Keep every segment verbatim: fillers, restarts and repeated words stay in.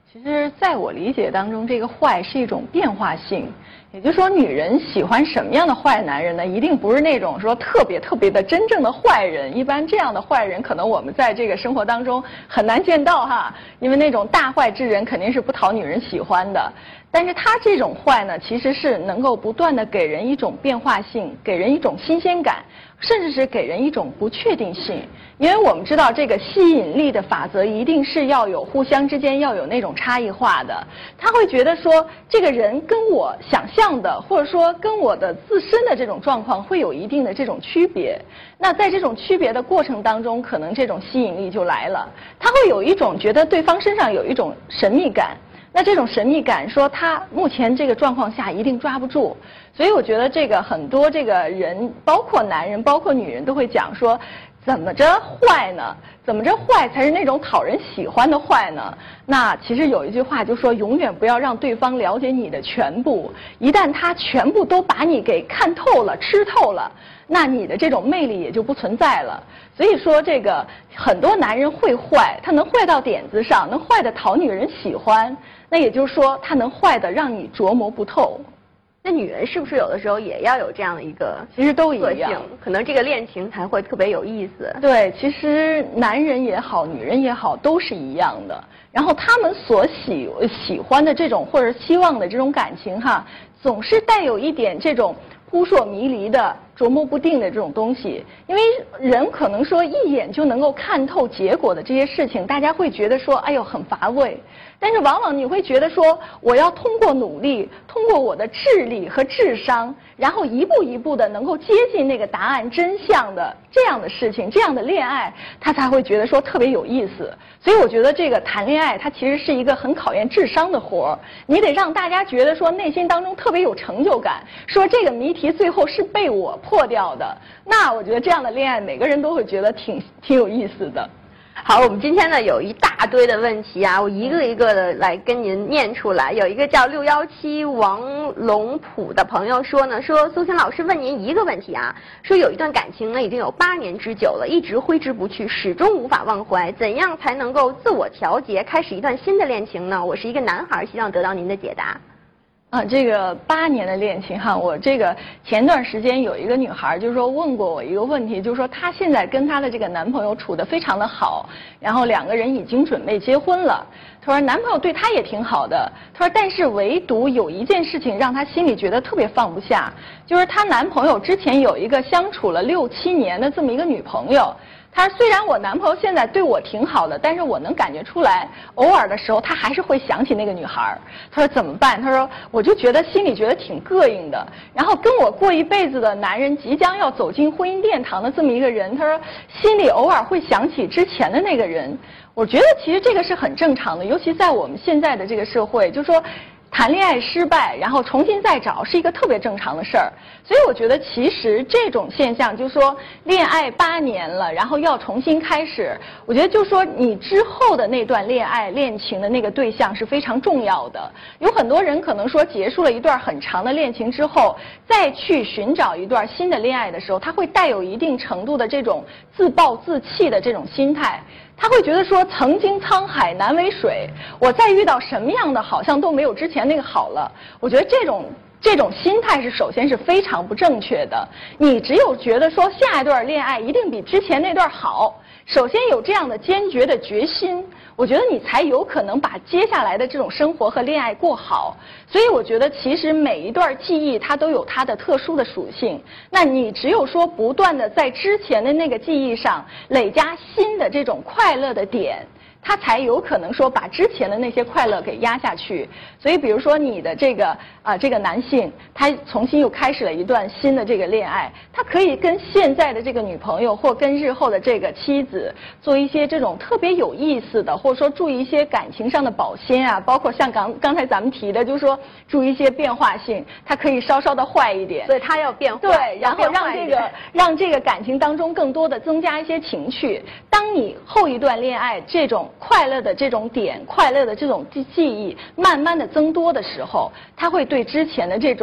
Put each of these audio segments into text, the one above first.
其实在我理解当中，这个坏是一种变化性，也就是说，女人喜欢什么样的坏男人呢？一定不是那种说特别特别的真正的坏人。一般这样的坏人，可能我们在这个生活当中很难见到哈，因为那种大坏之人肯定是不讨女人喜欢的。但是他这种坏呢，其实是能够不断的给人一种变化性，给人一种新鲜感，甚至是给人一种不确定性。因为我们知道这个吸引力的法则一定是要有互相之间要有那种差异化的。他会觉得说，这个人跟我想象的，或者说跟我的自身的这种状况会有一定的这种区别。那在这种区别的过程当中，可能这种吸引力就来了。他会有一种觉得对方身上有一种神秘感。那这种神秘感说他目前这个状况下一定抓不住，所以我觉得这个很多这个人，包括男人包括女人都会讲说，怎么着坏呢？怎么着坏才是那种讨人喜欢的坏呢？那其实有一句话就说，永远不要让对方了解你的全部，一旦他全部都把你给看透了吃透了，那你的这种魅力也就不存在了。所以说这个很多男人会坏，他能坏到点子上，能坏的讨女人喜欢，那也就是说他能坏的让你琢磨不透。 那女人是不是有的时候也要有这样的一个其实都一样， 可能这个恋情才会特别有意思。 对，其实男人也好，女人也好，都是一样的。然后他们所喜喜欢的这种或者希望的这种感情哈，总是带有一点这种扑朔迷离的、琢磨不定的这种东西。因为人可能说一眼就能够看透结果的这些事情，大家会觉得说，哎呦很乏味。但是往往你会觉得说，我要通过努力，通过我的智力和智商，然后一步一步的能够接近那个答案真相的这样的事情，这样的恋爱，他才会觉得说特别有意思。所以我觉得这个谈恋爱，它其实是一个很考验智商的活儿。你得让大家觉得说内心当中特别有成就感，说这个谜题最后是被我破掉的。那我觉得这样的恋爱，每个人都会觉得挺挺有意思的。 好，我们今天呢有一大堆的问题啊，我一个一个的来跟您念出来。有一个叫六幺七王龙普的朋友说呢，说苏青老师问您一个问题啊，说有一段感情呢已经有八年之久了，一直挥之不去，始终无法忘怀，怎样才能够自我调节，开始一段新的恋情呢？我是一个男孩，希望得到您的解答。 啊，这个八年的恋情哈，我这个前段时间有一个女孩，就是说问过我一个问题，就是说她现在跟她的这个男朋友处得非常的好，然后两个人已经准备结婚了。她说男朋友对她也挺好的，她说但是唯独有一件事情让她心里觉得特别放不下，就是她男朋友之前有一个相处了六七年的这么一个女朋友。他虽然我男朋友现在对我挺好的，但是我能感觉出来，偶尔的时候他还是会想起那个女孩。他说怎么办？他说我就觉得心里觉得挺膈应的。然后跟我过一辈子的男人，即将要走进婚姻殿堂的这么一个人，他说心里偶尔会想起之前的那个人。我觉得其实这个是很正常的，尤其在我们现在的这个社会，就是说谈恋爱失败，然后重新再找是一个特别正常的事儿。所以我觉得其实这种现象，就是说恋爱八年了，然后要重新开始，我觉得就是说你之后的那段恋爱恋情的那个对象是非常重要的。有很多人可能说结束了一段很长的恋情之后，再去寻找一段新的恋爱的时候，他会带有一定程度的这种自暴自弃的这种心态。他会觉得说曾经沧海难为水，我再遇到什么样的好像都没有之前那个好了。我觉得这种这种心态是首先是非常不正确的。你只有觉得说下一段恋爱一定比之前那段好，首先有这样的坚决的决心，我觉得你才有可能把接下来的这种生活和恋爱过好。所以我觉得其实每一段记忆它都有它的特殊的属性，那你只有说不断的在之前的那个记忆上累加新的这种快乐的点，他才有可能说把之前的那些快乐给压下去。所以比如说你的这个啊、呃、这个男性，他重新又开始了一段新的这个恋爱，他可以跟现在的这个女朋友或跟日后的这个妻子做一些这种特别有意思的，或者说注意一些感情上的保鲜啊，包括像刚刚才咱们提的，就是说注意一些变化性，他可以稍稍的坏一点， 所以他要变坏， 对，然后让这个让这个感情当中更多的增加一些情趣。当你后一段恋爱这种快乐的这种点，快乐的这种记忆慢慢的增多的时候，他会对之前的这种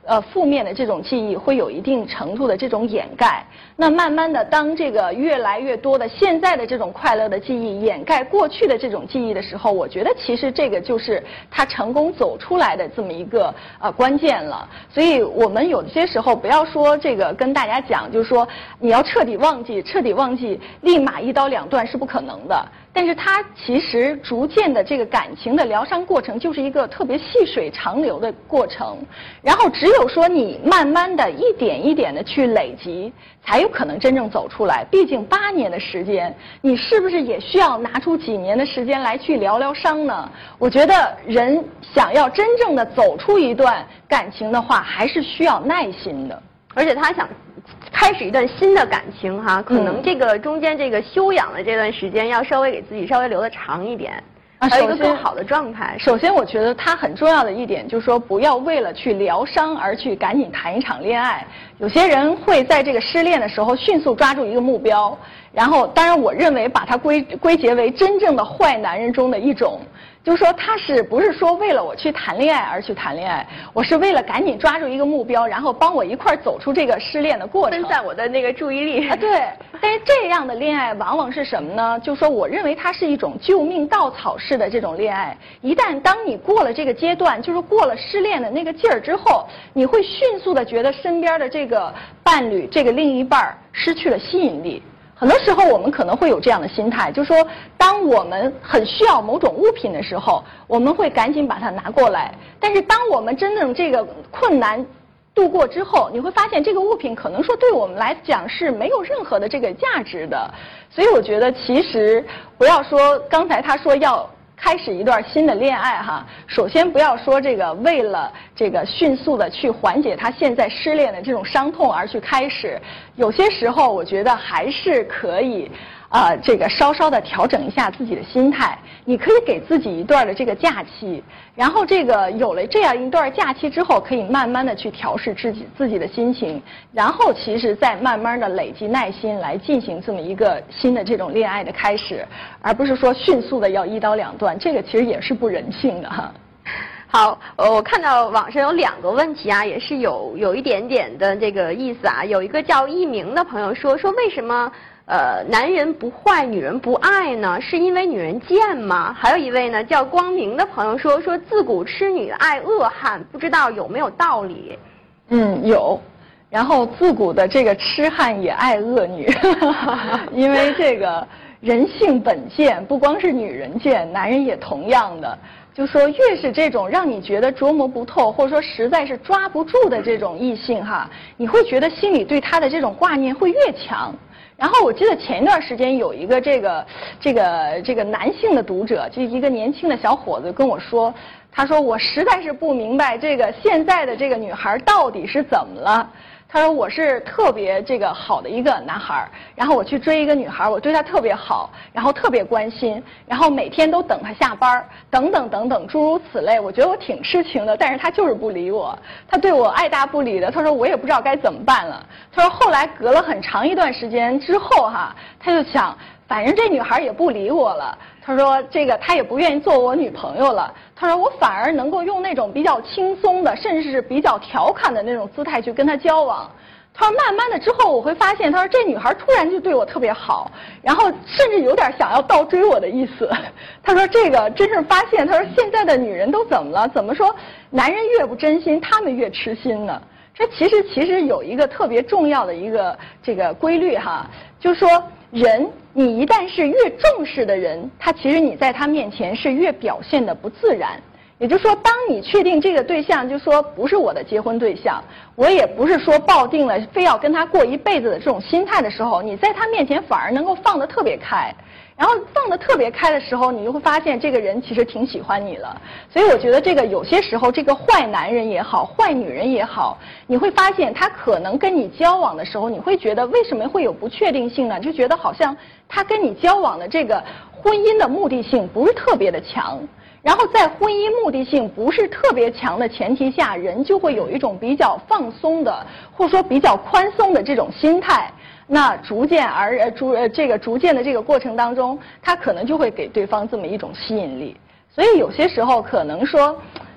呃负面的这种记忆会有一定程度的这种掩盖。那慢慢的，当这个越来越多的现在的这种快乐的记忆掩盖过去的这种记忆的时候，我觉得其实这个就是他成功走出来的这么一个呃关键了。所以我们有些时候不要说这个跟大家讲，就是说你要彻底忘记，彻底忘记，立马一刀两断是不可能的。但是它其实逐渐的这个感情的疗伤过程，就是一个特别细水长流的过程。然后只有说你慢慢的一点一点的去累积，才有可能真正走出来。毕竟八年的时间，你是不是也需要拿出几年的时间来去疗疗伤呢？我觉得人想要真正的走出一段感情的话，还是需要耐心的。 而且他想开始一段新的感情哈，可能这个中间这个休养的这段时间要稍微给自己稍微留得长一点， 啊， 还有一个更好的状态。 首先，我觉得它很重要的一点就是说，不要为了去疗伤而去赶紧谈一场恋爱。有些人会在这个失恋的时候迅速抓住一个目标，然后，当然，我认为把它归归结为真正的坏男人中的一种。就是说，他是不是说为了我去谈恋爱而去谈恋爱？我是为了赶紧抓住一个目标，然后帮我一块儿走出这个失恋的过程， 分散我的那个注意力啊。对，但是这样的恋爱往往是什么呢？就是说，我认为它是一种救命稻草式的这种恋爱。一旦当你过了这个阶段，就是过了失恋的那个劲儿之后，你会迅速的觉得身边的这个伴侣、这个另一半失去了吸引力。很多时候我们可能会有这样的心态，就是说当我们很需要某种物品的时候，我们会赶紧把它拿过来，但是当我们真正这个困难度过之后，你会发现这个物品可能说对我们来讲是没有任何的这个价值的。所以我觉得其实不要说刚才他说要开始一段新的恋爱哈，首先不要说这个为了这个迅速的去缓解他现在失恋的这种伤痛而去开始，有些时候我觉得还是可以啊、呃，这个稍稍的调整一下自己的心态。你可以给自己一段的这个假期，然后这个有了这样一段假期之后，可以慢慢的去调试自己自己的心情，然后其实再慢慢的累积耐心来进行这么一个新的这种恋爱的开始，而不是说迅速的要一刀两断，这个其实也是不人性的哈。 好，呃，我看到网上有两个问题啊，也是有有一点点的这个意思啊。有一个叫一鸣的朋友说说为什么呃男人不坏，女人不爱呢？是因为女人贱吗？还有一位呢叫光明的朋友说说自古痴女爱恶汉，不知道有没有道理？ 嗯，有。然后自古的这个痴汉也爱恶女，因为这个人性本贱，不光是女人贱，男人也同样的。就说越是这种让你觉得琢磨不透，或者说实在是抓不住的这种异性哈，你会觉得心里对他的这种挂念会越强。然后我记得前一段时间有一个这个这个这个男性的读者，就一个年轻的小伙子跟我说，他说我实在是不明白这个现在的这个女孩到底是怎么了。他说我是特别这个好的一个男孩，然后我去追一个女孩，我对她特别好，然后特别关心，然后每天都等她下班，等等等等诸如此类。我觉得我挺痴情的，但是他就是不理我，他对我爱答不理的。他说我也不知道该怎么办了。他说后来隔了很长一段时间之后哈，他就想，反正这女孩也不理我了。他说这个他也不愿意做我女朋友了。他说我反而能够用那种比较轻松的，甚至是比较调侃的那种姿态去跟她交往。他说慢慢的之后我会发现，他说这女孩突然就对我特别好，然后甚至有点想要倒追我的意思。他说这个真是发现，他说现在的女人都怎么了？怎么说男人越不真心，他们越痴心呢？这其实其实有一个特别重要的一个这个规律哈，就是说人你一旦是越重视的人，他其实你在他面前是越表现的不自然。也就是说，当你确定这个对象就说不是我的结婚对象，我也不是说抱定了非要跟他过一辈子的这种心态的时候，你在他面前反而能够放得特别开。然后放得特别开的时候，你就会发现这个人其实挺喜欢你了。所以我觉得这个有些时候，这个坏男人也好，坏女人也好，你会发现他可能跟你交往的时候，你会觉得为什么会有不确定性呢？就觉得好像他跟你交往的这个婚姻的目的性不是特别的强。然后在婚姻目的性不是特别强的前提下，人就会有一种比较放松的，或者说比较宽松的这种心态。那逐渐而呃逐呃这个逐渐的这个过程当中，他可能就会给对方这么一种吸引力。所以有些时候可能说，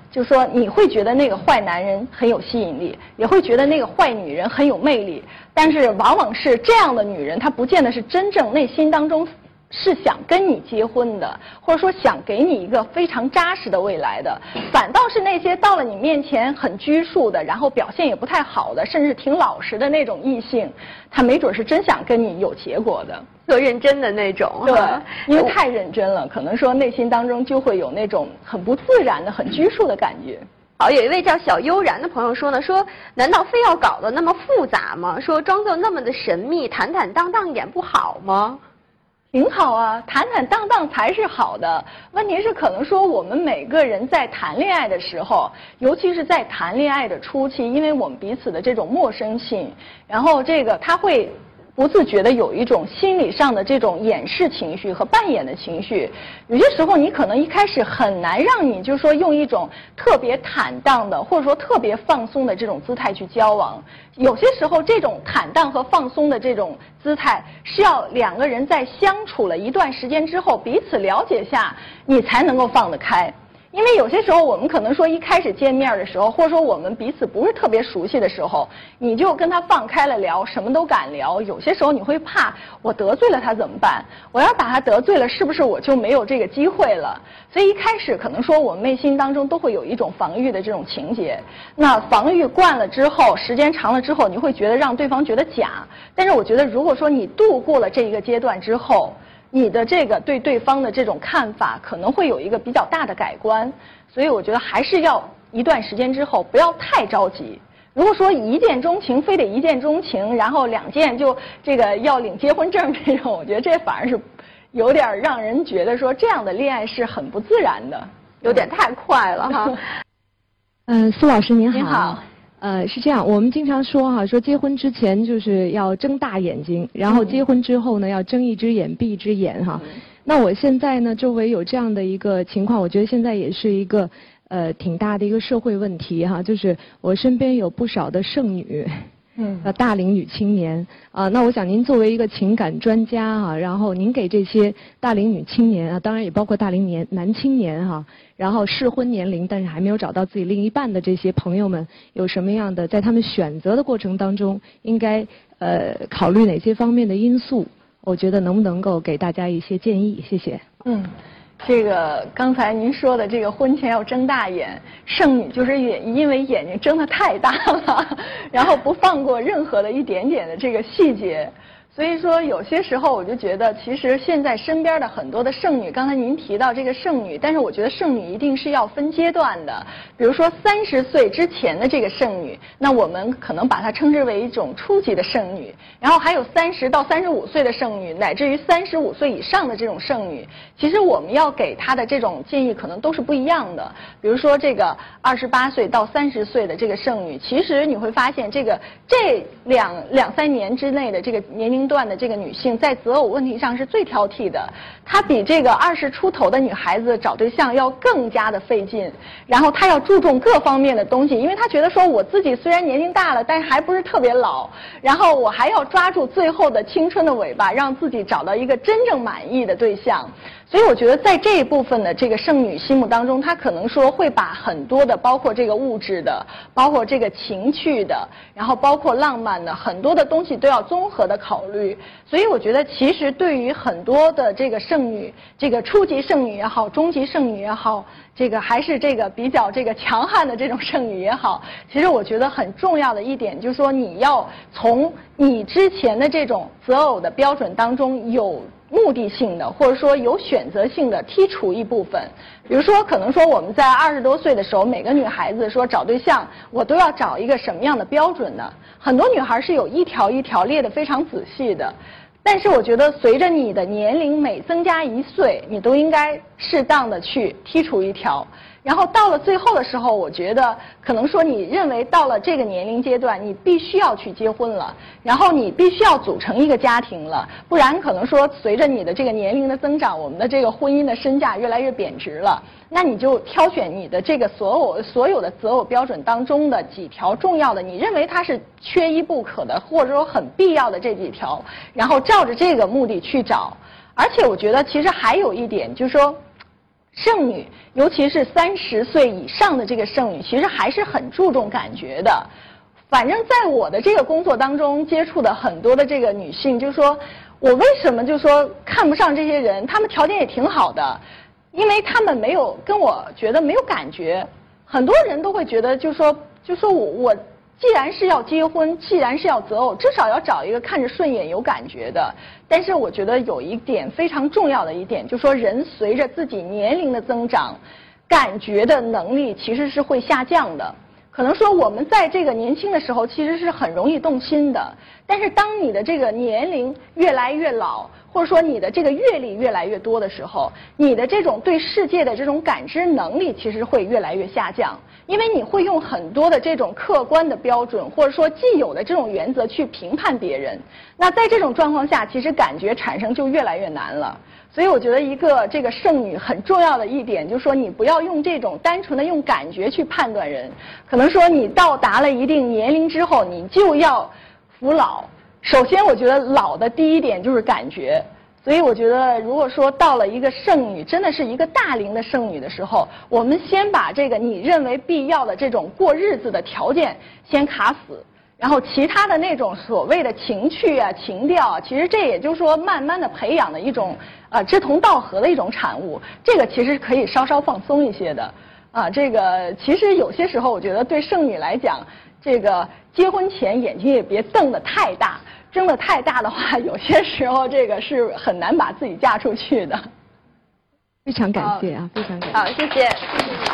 就是说你会觉得那个坏男人很有吸引力，也会觉得那个坏女人很有魅力，但是往往是这样的女人，她不见得是真正内心当中是想跟你结婚的，或者说想给你一个非常扎实的未来的，反倒是那些到了你面前很拘束的，然后表现也不太好的，甚至挺老实的那种异性，他没准是真想跟你有结果的， 特认真的那种。 对，因为太认真了，可能说内心当中就会有那种很不自然的、很拘束的感觉。 好，有一位叫小悠然的朋友说呢，说难道非要搞得那么复杂吗？说装作那么的神秘，坦坦荡荡一点不好吗？ 挺好啊，坦坦荡荡才是好的。问题是，可能说我们每个人在谈恋爱的时候，尤其是在谈恋爱的初期，因为我们彼此的这种陌生性，然后这个他会不自觉的有一种心理上的这种掩饰情绪和扮演的情绪。有些时候你可能一开始很难让你就是说用一种特别坦荡的或者说特别放松的这种姿态去交往。有些时候这种坦荡和放松的这种姿态是要两个人在相处了一段时间之后彼此了解下你才能够放得开。因为有些时候我们可能说一开始见面的时候，或者说我们彼此不是特别熟悉的时候，你就跟他放开了聊，什么都敢聊。有些时候你会怕我得罪了他怎么办？我要把他得罪了，是不是我就没有这个机会了？所以一开始可能说我们内心当中都会有一种防御的这种情节。那防御惯了之后，时间长了之后，你会觉得让对方觉得假。但是我觉得如果说你度过了这一个阶段之后，你的这个对对方的这种看法可能会有一个比较大的改观，所以我觉得还是要一段时间之后不要太着急。如果说一见钟情，非得一见钟情，然后两见就这个要领结婚证这种，我觉得这反而是有点让人觉得说这样的恋爱是很不自然的， 有点太快了哈。 嗯，苏老师您好。 您好。 呃，是这样，我们经常说哈，说结婚之前就是要睁大眼睛，然后结婚之后呢，要睁一只眼闭一只眼哈。嗯、那我现在呢，周围有这样的一个情况，我觉得现在也是一个呃挺大的一个社会问题哈，就是我身边有不少的剩女。嗯，呃，大龄女青年啊、呃，那我想您作为一个情感专家啊，然后您给这些大龄女青年啊，当然也包括大龄年男青年哈、啊，然后适婚年龄但是还没有找到自己另一半的这些朋友们，有什么样的在他们选择的过程当中，应该呃考虑哪些方面的因素？我觉得能不能够给大家一些建议？谢谢。 嗯。这个刚才您说的这个婚前要睁大眼，剩女就是眼因为眼睛睁得太大了，然后不放过任何的一点点的这个细节。所以说有些时候我就觉得其实现在身边的很多的剩女，刚才您提到这个剩女，但是我觉得剩女一定是要分阶段的。比如说三十岁之前的这个剩女，那我们可能把它称之为一种初级的剩女，然后还有三十到三十五岁的剩女，乃至于三十五岁以上的这种剩女，其实我们要给她的这种建议可能都是不一样的。比如说这个二十八岁到三十岁的这个剩女，其实你会发现这个这两两三年之内的这个年龄段的这个女性在择偶问题上是最挑剔的，她比这个二十出头的女孩子找对象要更加的费劲，然后她要注重各方面的东西，因为她觉得说我自己虽然年龄大了，但是还不是特别老，然后我还要抓住最后的青春的尾巴，让自己找到一个真正满意的对象。所以我觉得在这一部分的这个剩女心目当中，她可能说会把很多的包括这个物质的，包括这个情趣的，然后包括浪漫的很多的东西都要综合的考虑。所以我觉得其实对于很多的这个剩女，这个初级剩女也好，中级剩女也好，这个还是这个比较这个强悍的这种剩女也好，其实我觉得很重要的一点就是说你要从你之前的这种择偶的标准当中有目的性的，或者说有选择性的剔除一部分。比如说可能说我们在二十多岁的时候，每个女孩子说找对象我都要找一个什么样的标准呢？很多女孩是有一条一条列得非常仔细的，但是我觉得随着你的年龄每增加一岁，你都应该适当的去剔除一条。然后到了最后的时候，我觉得可能说你认为到了这个年龄阶段，你必须要去结婚了，然后你必须要组成一个家庭了，不然可能说随着你的这个年龄的增长，我们的这个婚姻的身价越来越贬值了，那你就挑选你的这个所有所有的择偶标准当中的几条重要的，你认为它是缺一不可的，或者说很必要的这几条，然后照着这个目的去找。而且我觉得其实还有一点就是说， 剩女，尤其是三十岁以上的这个剩女，其实还是很注重感觉的。反正在我的这个工作当中接触的很多的这个女性，就说我为什么就说看不上这些人，他们条件也挺好的，因为他们没有跟我觉得没有感觉。很多人都会觉得就说就说我我既然是要结婚，既然是要择偶，至少要找一个看着顺眼有感觉的。但是我觉得有一点非常重要的一点，就说人随着自己年龄的增长，感觉的能力其实是会下降的。可能说我们在这个年轻的时候其实是很容易动心的，但是当你的这个年龄越来越老，或者说你的这个阅历越来越多的时候，你的这种对世界的这种感知能力其实会越来越下降，因为你会用很多的这种客观的标准，或者说既有的这种原则去评判别人。那在这种状况下，其实感觉产生就越来越难了。所以我觉得一个这个剩女很重要的一点，就是说你不要用这种单纯的用感觉去判断人。可能说你到达了一定年龄之后，你就要服老。首先我觉得老的第一点就是感觉。所以我觉得如果说到了一个剩女，真的是一个大龄的剩女的时候，我们先把这个你认为必要的这种过日子的条件先卡死。然后其他的那种所谓的情趣啊、情调啊，其实这也就是说慢慢的培养的一种呃志同道合的一种产物。这个其实可以稍稍放松一些的啊。这个其实有些时候我觉得对剩女来讲，这个结婚前眼睛也别瞪得太大，睁得太大的话，有些时候这个是很难把自己嫁出去的。 非常感谢啊，非常感谢。 好，谢谢，谢谢你。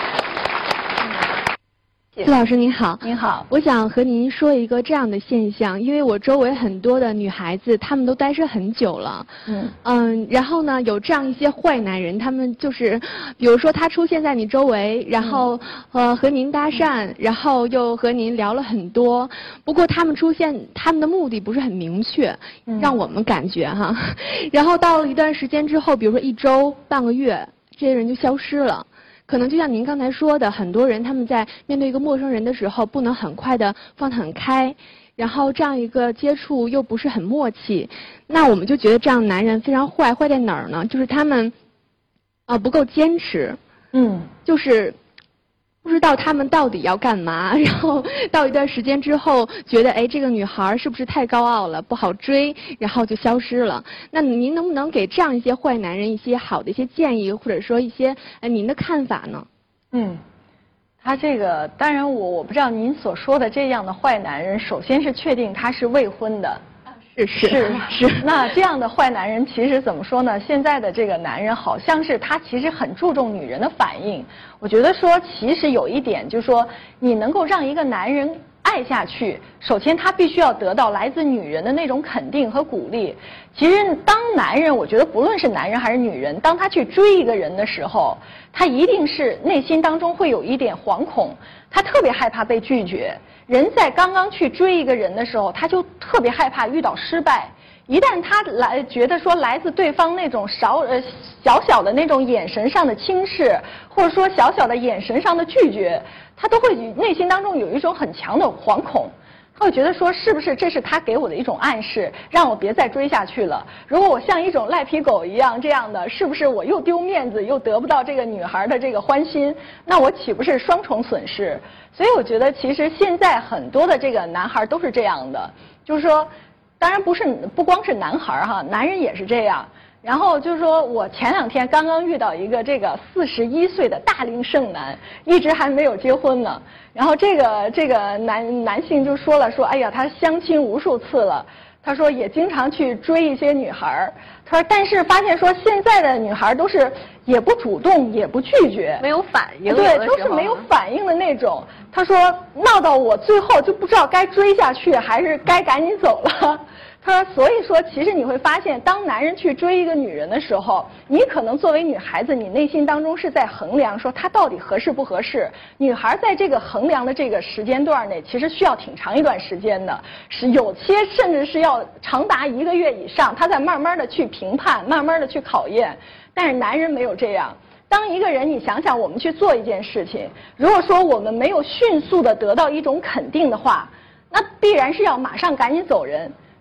司老师您好， 您好， 我想和您说一个这样的现象，因为我周围很多的女孩子，她们都单身很久了， 嗯嗯，然后呢，有这样一些坏男人，他们就是，比如说他出现在你周围，然后、嗯、呃和您搭讪，然后又和您聊了很多，不过他们出现，他们的目的不是很明确， 嗯、 让我们感觉哈，然后到了一段时间之后，比如说一周、半个月，这些人就消失了。可能就像您刚才说的，很多人他们在面对一个陌生人的时候，不能很快的放得很开，然后这样一个接触又不是很默契，那我们就觉得这样男人非常坏，坏在哪儿呢？就是他们啊、呃、不够坚持， 嗯， 就是不知道他们到底要干嘛，然后到一段时间之后，觉得哎这个女孩是不是太高傲了，不好追，然后就消失了。那您能不能给这样一些坏男人一些好的一些建议，或者说一些呃您的看法呢？ 嗯，他这个当然我我不知道您所说的这样的坏男人，首先是确定他是未婚的。 是是是是，那这样的坏男人其实怎么说呢？现在的这个男人好像是他其实很注重女人的反应。我觉得说其实有一点就是说，你能够让一个男人爱下去，首先他必须要得到来自女人的那种肯定和鼓励。其实当男人，我觉得不论是男人还是女人，当他去追一个人的时候，他一定是内心当中会有一点惶恐，他特别害怕被拒绝。人在刚刚去追一个人的时候，他就特别害怕遇到失败。一旦他来觉得说来自对方那种少呃小小的那种眼神上的轻视，或者说小小的眼神上的拒绝，他都会内心当中有一种很强的惶恐。他会觉得说是不是这是他给我的一种暗示，让我别再追下去了。如果我像一种赖皮狗一样这样的，是不是我又丢面子又得不到这个女孩的这个欢心？那我岂不是双重损失？所以我觉得其实现在很多的这个男孩都是这样的，就是说当然不是不光是男孩哈，男人也是这样。然后就是说我前两天刚刚遇到一个这个四十一岁的大龄剩男，一直还没有结婚呢。然后这个这个男男性就说了说，哎呀，他相亲无数次了，他说也经常去追一些女孩，他说但是发现说现在的女孩都是也不主动也不拒绝， 没有反应， 对，都是没有反应的那种。他说闹到我最后就不知道该追下去还是该赶紧走了。他说，所以说，其实你会发现，当男人去追一个女人的时候，你可能作为女孩子，你内心当中是在衡量说她到底合适不合适。女孩在这个衡量的这个时间段内，其实需要挺长一段时间的，是有些甚至是要长达一个月以上，她在慢慢的去评判，慢慢的去考验。但是男人没有这样。当一个人，你想想，我们去做一件事情，如果说我们没有迅速的得到一种肯定的话，那必然是要马上赶紧走人。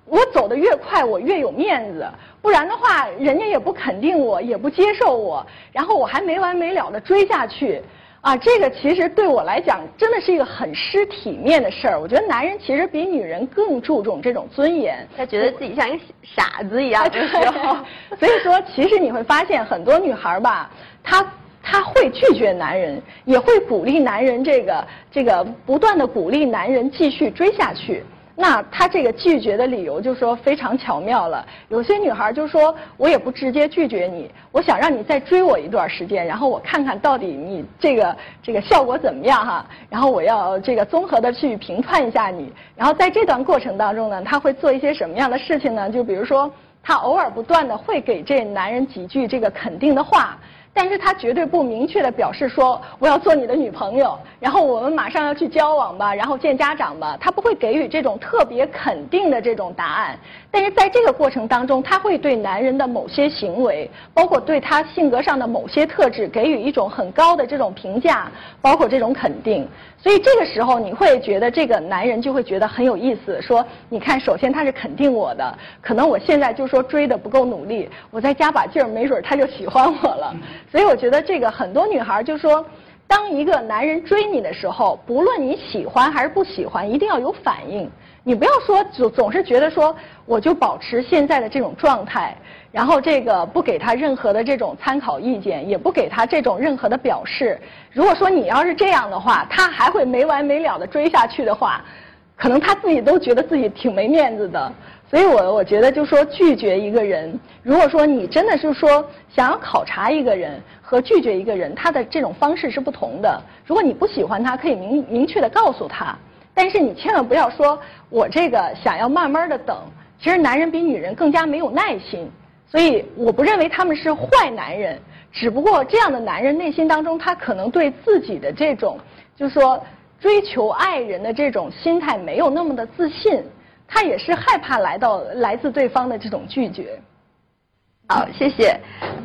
我走得越快，我越有面子，不然的话，人家也不肯定我，也不接受我，然后我还没完没了的追下去。啊，这个其实对我来讲真的是一个很失体面的事儿。我觉得男人其实比女人更注重这种尊严， 他觉得自己像一个傻子一样的时候。 所以说，其实你会发现很多女孩吧，她她会拒绝男人，也会鼓励男人这个这个不断的鼓励男人继续追下去。那他这个拒绝的理由就说非常巧妙了。有些女孩就说，我也不直接拒绝你，我想让你再追我一段时间，然后我看看到底你这个这个效果怎么样哈，然后我要这个综合的去评判一下你。然后在这段过程当中呢，他会做一些什么样的事情呢？就比如说，他偶尔不断的会给这男人几句这个肯定的话。但是他绝对不明确的表示说我要做你的女朋友，然后我们马上要去交往吧，然后见家长吧，他不会给予这种特别肯定的这种答案。但是在这个过程当中，他会对男人的某些行为，包括对他性格上的某些特质给予一种很高的这种评价，包括这种肯定。所以这个时候你会觉得这个男人就会觉得很有意思，说你看，首先他是肯定我的，可能我现在就说追的不够努力，我再加把劲儿，没准他就喜欢我了。所以我觉得这个很多女孩就说，当一个男人追你的时候，不论你喜欢还是不喜欢，一定要有反应。你不要说总总是觉得说我就保持现在的这种状态，然后这个不给他任何的这种参考意见，也不给他这种任何的表示。如果说你要是这样的话，他还会没完没了的追下去的话，可能他自己都觉得自己挺没面子的。所以我我觉得就说拒绝一个人，如果说你真的是说想要考察一个人和拒绝一个人，他的这种方式是不同的。如果你不喜欢他，可以明明确的告诉他，但是你千万不要说我这个想要慢慢的等。其实男人比女人更加没有耐心，所以我不认为他们是坏男人，只不过这样的男人内心当中他可能对自己的这种就是说追求爱人的这种心态没有那么的自信，他也是害怕来到来自对方的这种拒绝。 好，谢谢。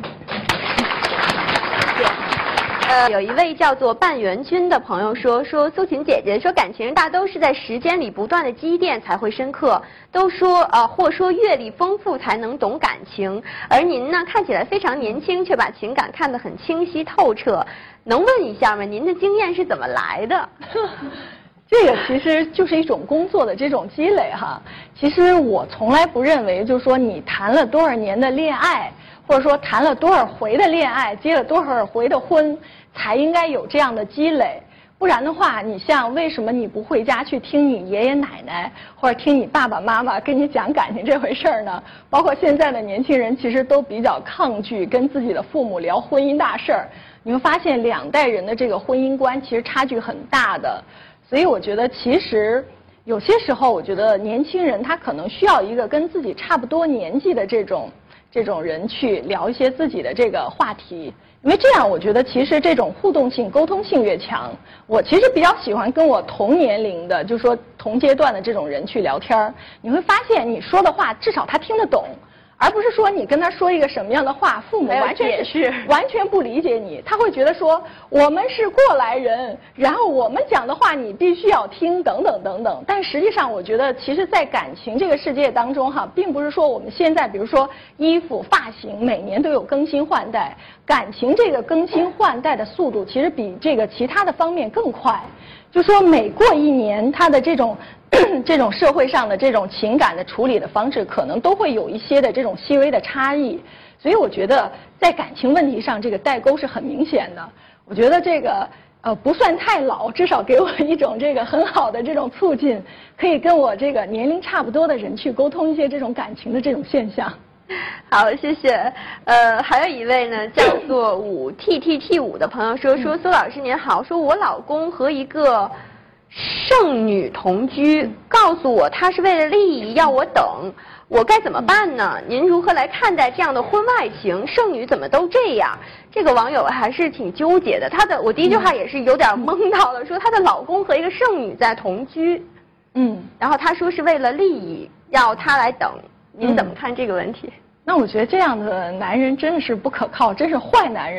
呃，有一位叫做半圆君的朋友说，说苏琴姐姐说感情大都是在时间里不断的积淀才会深刻，都说啊、呃，或说阅历丰富才能懂感情，而您呢看起来非常年轻，却把情感看得很清晰透彻，能问一下吗？您的经验是怎么来的？ 这个其实就是一种工作的这种积累哈。其实我从来不认为就是说你谈了多少年的恋爱，或者说谈了多少回的恋爱，结了多少回的婚，才应该有这样的积累。不然的话，你像为什么你不回家去听你爷爷奶奶或者听你爸爸妈妈跟你讲感情这回事儿呢？包括现在的年轻人其实都比较抗拒跟自己的父母聊婚姻大事儿。你会发现两代人的这个婚姻观其实差距很大的。所以我觉得其实有些时候，我觉得年轻人他可能需要一个跟自己差不多年纪的这种这种人去聊一些自己的这个话题，因为这样我觉得其实这种互动性、沟通性越强。我其实比较喜欢跟我同年龄的，就是说同阶段的这种人去聊天，你会发现你说的话至少他听得懂。而不是说你跟他说一个什么样的话，父母完全是完全不理解你，他会觉得说我们是过来人，然后我们讲的话你必须要听，等等等等。但实际上，我觉得其实，在感情这个世界当中哈，并不是说我们现在比如说衣服、发型每年都有更新换代，感情这个更新换代的速度其实比这个其他的方面更快。就说每过一年，它的这种这种社会上的这种情感的处理的方式，可能都会有一些的这种细微的差异。所以我觉得在感情问题上，这个代沟是很明显的。我觉得这个呃不算太老，至少给我一种这个很好的这种促进，可以跟我这个年龄差不多的人去沟通一些这种感情的这种现象。 好，谢谢。呃，还有一位呢，叫做五 T T T 五的朋友说，说苏老师您好，说我老公和一个剩女同居，告诉我他是为了利益要我等，我该怎么办呢？您如何来看待这样的婚外情？剩女怎么都这样？这个网友还是挺纠结的。他的我第一句话也是有点懵到了，说她的老公和一个剩女在同居， 嗯， 然后他说是为了利益要他来等，您怎么看这个问题？ 那我觉得这样的男人真的是不可靠，真是坏男人。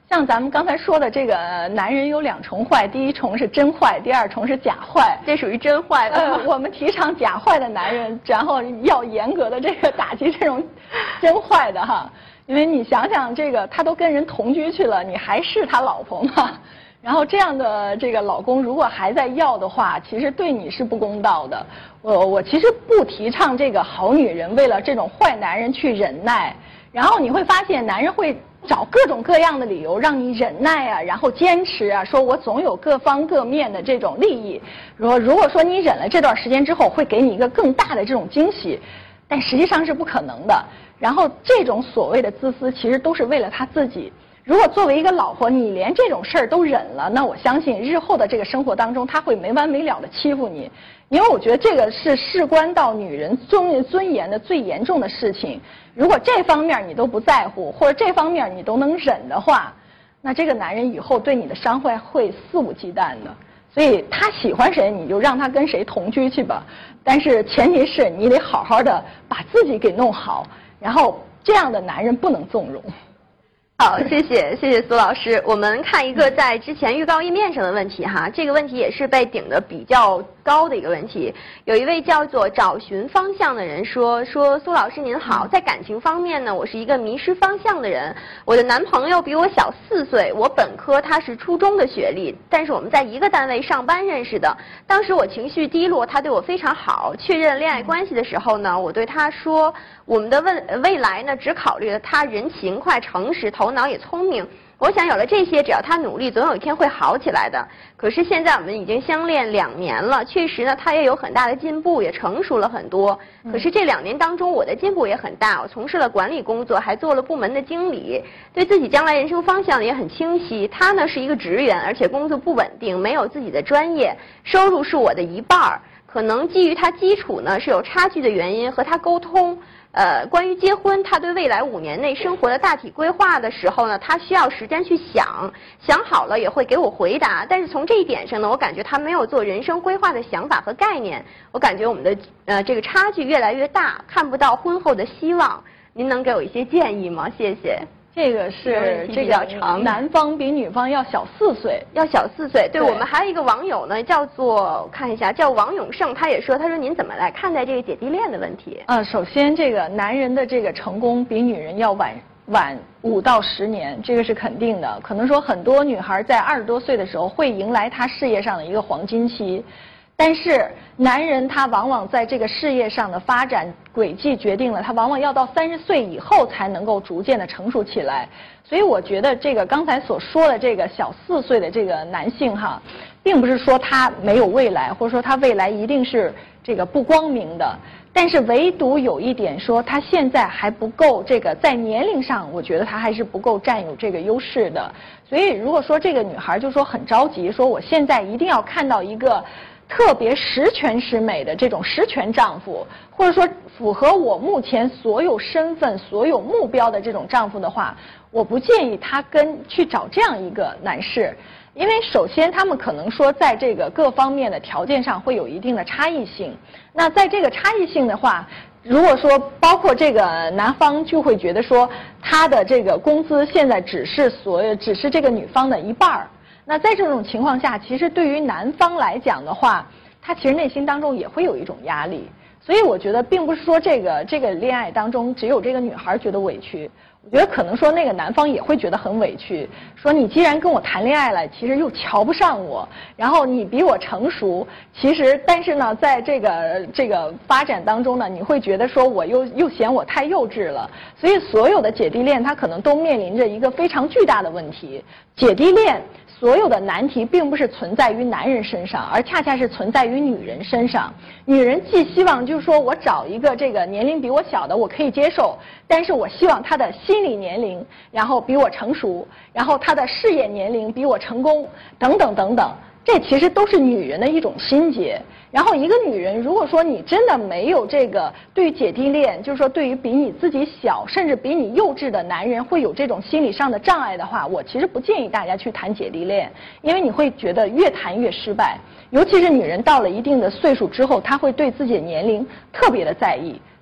像咱们刚才说的这个男人有两重坏，第一重是真坏，第二重是假坏， 这属于真坏了。 呃，我们提倡假坏的男人，然后要严格的这个打击这种真坏的哈，因为你想想这个他都跟人同居去了，你还是他老婆吗？然后这样的这个老公如果还在要的话，其实对你是不公道的。我我其实不提倡这个好女人为了这种坏男人去忍耐，然后你会发现男人会找各种各样的理由让你忍耐啊，然后坚持啊，说我总有各方各面的这种利益。如如果说你忍了这段时间之后，会给你一个更大的这种惊喜，但实际上是不可能的。然后这种所谓的自私，其实都是为了他自己。如果作为一个老婆，你连这种事儿都忍了，那我相信日后的这个生活当中，他会没完没了的欺负你。因为我觉得这个是事关到女人尊尊严的最严重的事情。如果这方面你都不在乎，或者这方面你都能忍的话，那这个男人以后对你的伤害会肆无忌惮的。所以他喜欢谁，你就让他跟谁同居去吧。但是前提是你得好好的把自己给弄好，然后这样的男人不能纵容。 好，谢谢谢谢苏老师。我们看一个在之前预告页面上的问题哈，这个问题也是被顶得比较高的一个问题。有一位叫做找寻方向的人说说苏老师您好，在感情方面呢，我是一个迷失方向的人。我的男朋友比我小四岁，我本科，他是初中的学历，但是我们在一个单位上班认识的。当时我情绪低落，他对我非常好。确认恋爱关系的时候呢，我对他说，我们的未未来呢，只考虑了他人勤快、诚实、头脑也聪明。我想有了这些，只要他努力，总有一天会好起来的。可是现在我们已经相恋两年了，确实呢，他也有很大的进步，也成熟了很多。可是这两年当中，我的进步也很大，我从事了管理工作，还做了部门的经理，对自己将来人生方向也很清晰。他呢是一个职员，而且工作不稳定，没有自己的专业，收入是我的一半儿。可能基于他基础呢是有差距的原因，和他沟通。呃，关于结婚，他对未来五年内生活的大体规划的时候呢，他需要时间去想，想好了也会给我回答。但是从这一点上呢，我感觉他没有做人生规划的想法和概念，我感觉我们的呃这个差距越来越大，看不到婚后的希望。您能给我一些建议吗？谢谢。 这个是这个男方比女方要小四岁， 要小四岁。对，我们还有一个网友呢，叫做看一下，叫王永胜，他也说，他说您怎么来看待这个姐弟恋的问题？ 呃，首先这个男人的这个成功比女人要晚晚五到十年，这个是肯定的。可能说很多女孩在二十多岁的时候会迎来她事业上的一个黄金期。但是男人他往往在这个事业上的发展轨迹决定了他往往要到三十岁以后才能够逐渐的成熟起来。所以我觉得这个刚才所说的这个小四岁的这个男性哈，并不是说他没有未来，或者说他未来一定是这个不光明的。但是唯独有一点说他现在还不够这个在年龄上，我觉得他还是不够占有这个优势的。所以如果说这个女孩就说很着急，说我现在一定要看到一个特别十全十美的这种十全丈夫，或者说符合我目前所有身份、所有目标的这种丈夫的话，我不建议他跟去找这样一个男士，因为首先他们可能说在这个各方面的条件上会有一定的差异性。那在这个差异性的话，如果说包括这个男方就会觉得说他的这个工资现在只是所有只是这个女方的一半儿。那在这种情况下，其实对于男方来讲的话，他其实内心当中也会有一种压力。所以我觉得并不是说这个这个恋爱当中只有这个女孩觉得委屈，我觉得可能说那个男方也会觉得很委屈，说你既然跟我谈恋爱了，其实又瞧不上我，然后你比我成熟，其实但是呢，在这个这个发展当中呢，你会觉得说我又又嫌我太幼稚了。所以所有的姐弟恋，它可能都面临着一个非常巨大的问题。姐弟恋所有的难题并不是存在于男人身上，而恰恰是存在于女人身上。女人既希望就是说我找一个这个年龄比我小的我可以接受，但是我希望他的心理年龄然后比我成熟，然后他的事业年龄比我成功，等等等等，这其实都是女人的一种心结。然后一个女人如果说你真的没有这个对于姐弟恋，就是说对于比你自己小甚至比你幼稚的男人会有这种心理上的障碍的话，我其实不建议大家去谈姐弟恋，因为你会觉得越谈越失败。尤其是女人到了一定的岁数之后，她会对自己的年龄特别的在意，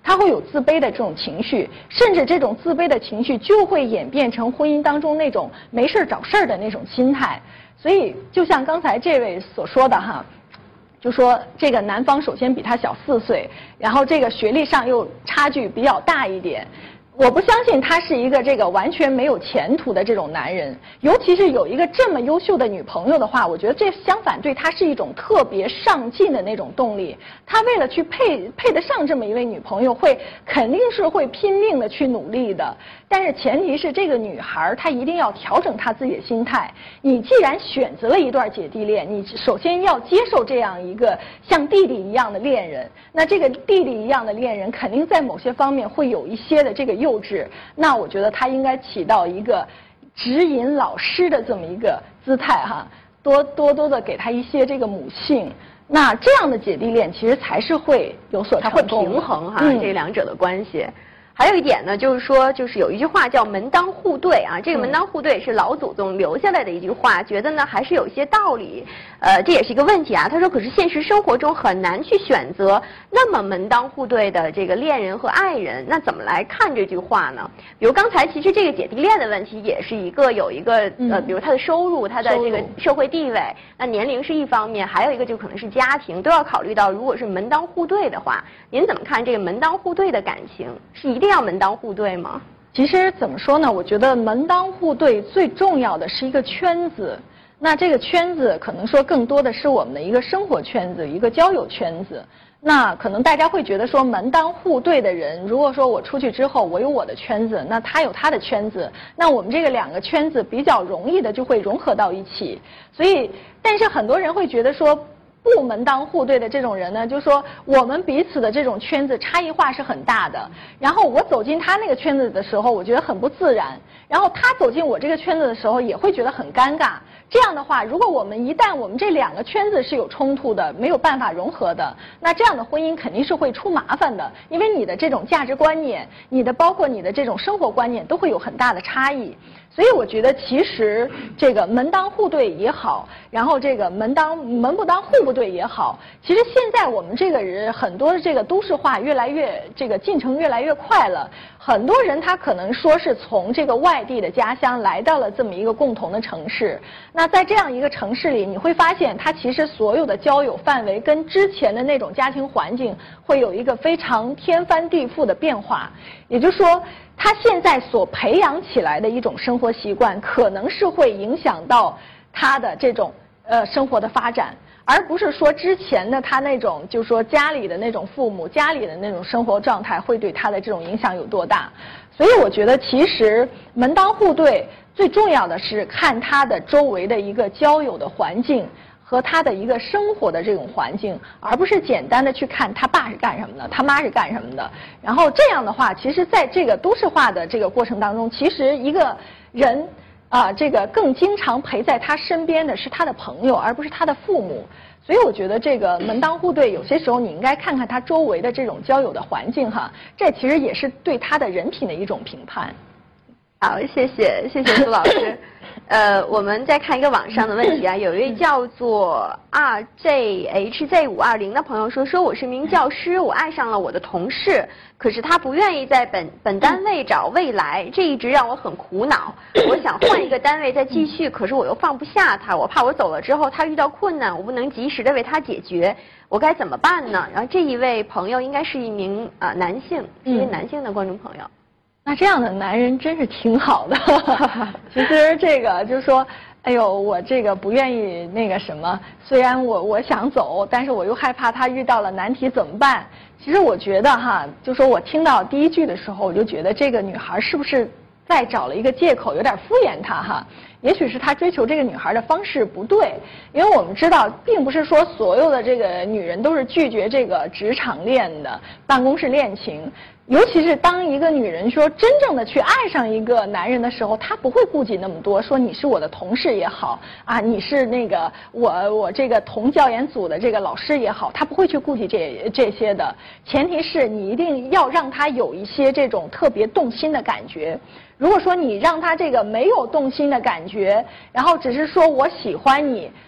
他会有自卑的这种情绪，甚至这种自卑的情绪就会演变成婚姻当中那种没事找事儿的那种心态。所以就像刚才这位所说的哈，就说这个男方首先比他小四岁，然后这个学历上又差距比较大一点。我不相信他是一个这个完全没有前途的这种男人，尤其是有一个这么优秀的女朋友的话，我觉得这相反对他是一种特别上进的那种动力。他为了去配配得上这么一位女朋友，会肯定是会拼命的去努力的。但是前提是这个女孩她一定要调整她自己的心态。你既然选择了一段姐弟恋，你首先要接受这样一个像弟弟一样的恋人。那这个弟弟一样的恋人肯定在某些方面会有一些的这个幼稚，那我觉得他应该起到一个指引老师的这么一个姿态哈，多多多的给他一些这个母性。那这样的姐弟恋其实才是会有所成功， 它会平衡哈、嗯、这两者的关系。还有一点呢，就是说，就是有一句话叫门当户对啊，这个门当户对是老祖宗留下来的一句话，觉得呢还是有一些道理，呃，这也是一个问题啊。他说，可是现实生活中很难去选择那么门当户对的这个恋人和爱人，那怎么来看这句话呢？比如刚才其实这个姐弟恋的问题也是一个有一个呃，比如他的收入、他的这个社会地位，那年龄是一方面，还有一个就可能是家庭，都要考虑到。如果是门当户对的话，您怎么看这个门当户对的感情？是一定要门当户对吗？ 其实怎么说呢？我觉得门当户对最重要的是一个圈子。那这个圈子可能说更多的是我们的一个生活圈子，一个交友圈子。那可能大家会觉得说门当户对的人，如果说我出去之后我有我的圈子，那他有他的圈子，那我们这个两个圈子比较容易的就会融合到一起。所以，但是很多人会觉得说，不门当户对的这种人呢，就是说我们彼此的这种圈子差异化是很大的。然后我走进他那个圈子的时候，我觉得很不自然；然后他走进我这个圈子的时候，也会觉得很尴尬。这样的话，如果我们一旦我们这两个圈子是有冲突的，没有办法融合的，那这样的婚姻肯定是会出麻烦的。因为你的这种价值观念，你的包括你的这种生活观念都会有很大的差异。所以我觉得其实这个门当户对也好，然后这个门当门不当户不对也好，其实现在我们这个人很多这个都市化越来越这个进程越来越快了，很多人他可能说是从这个外地的家乡来到了这么一个共同的城市。那在这样一个城市里，你会发现他其实所有的交友范围跟之前的那种家庭环境会有一个非常天翻地覆的变化。也就是说，他现在所培养起来的一种生活习惯，可能是会影响到他的这种呃生活的发展，而不是说之前的他那种，就是说家里的那种父母、家里的那种生活状态会对他的这种影响有多大。所以我觉得，其实门当户对最重要的是看他的周围的一个交友的环境和他的一个生活的这种环境，而不是简单的去看他爸是干什么的，他妈是干什么的。然后这样的话，其实在这个都市化的这个过程当中，其实一个人啊，这个更经常陪在他身边的是他的朋友，而不是他的父母。所以我觉得这个门当户对，有些时候你应该看看他周围的这种交友的环境哈，这其实也是对他的人品的一种评判。 好，谢谢谢谢苏老师。呃，我们再看一个网上的问题啊，有一位叫做 R J H Z 五二零的朋友说，说我是名教师，我爱上了我的同事，可是他不愿意在本本单位找未来，这一直让我很苦恼。我想换一个单位再继续，可是我又放不下他，我怕我走了之后他遇到困难，我不能及时的为他解决，我该怎么办呢？然后这一位朋友应该是一名啊、呃、男性，是一位男性的观众朋友。 那这样的男人真是挺好的。其实这个就是说，哎呦，我这个不愿意那个什么，虽然我我想走，但是我又害怕他遇到了难题怎么办？其实我觉得哈，就说我听到第一句的时候，我就觉得这个女孩是不是再找了一个借口，有点敷衍他哈。也许是他追求这个女孩的方式不对，因为我们知道，并不是说所有的这个女人都是拒绝这个职场恋的、办公室恋情。尤其是当一个女人说真正的去爱上一个男人的时候，她不会顾及那么多，说你是我的同事也好啊，你是那个我我这个同教研组的这个老师也好，她不会去顾及这这些的。前提是你一定要让她有一些这种特别动心的感觉。如果说你让她这个没有动心的感觉，然后只是说我喜欢你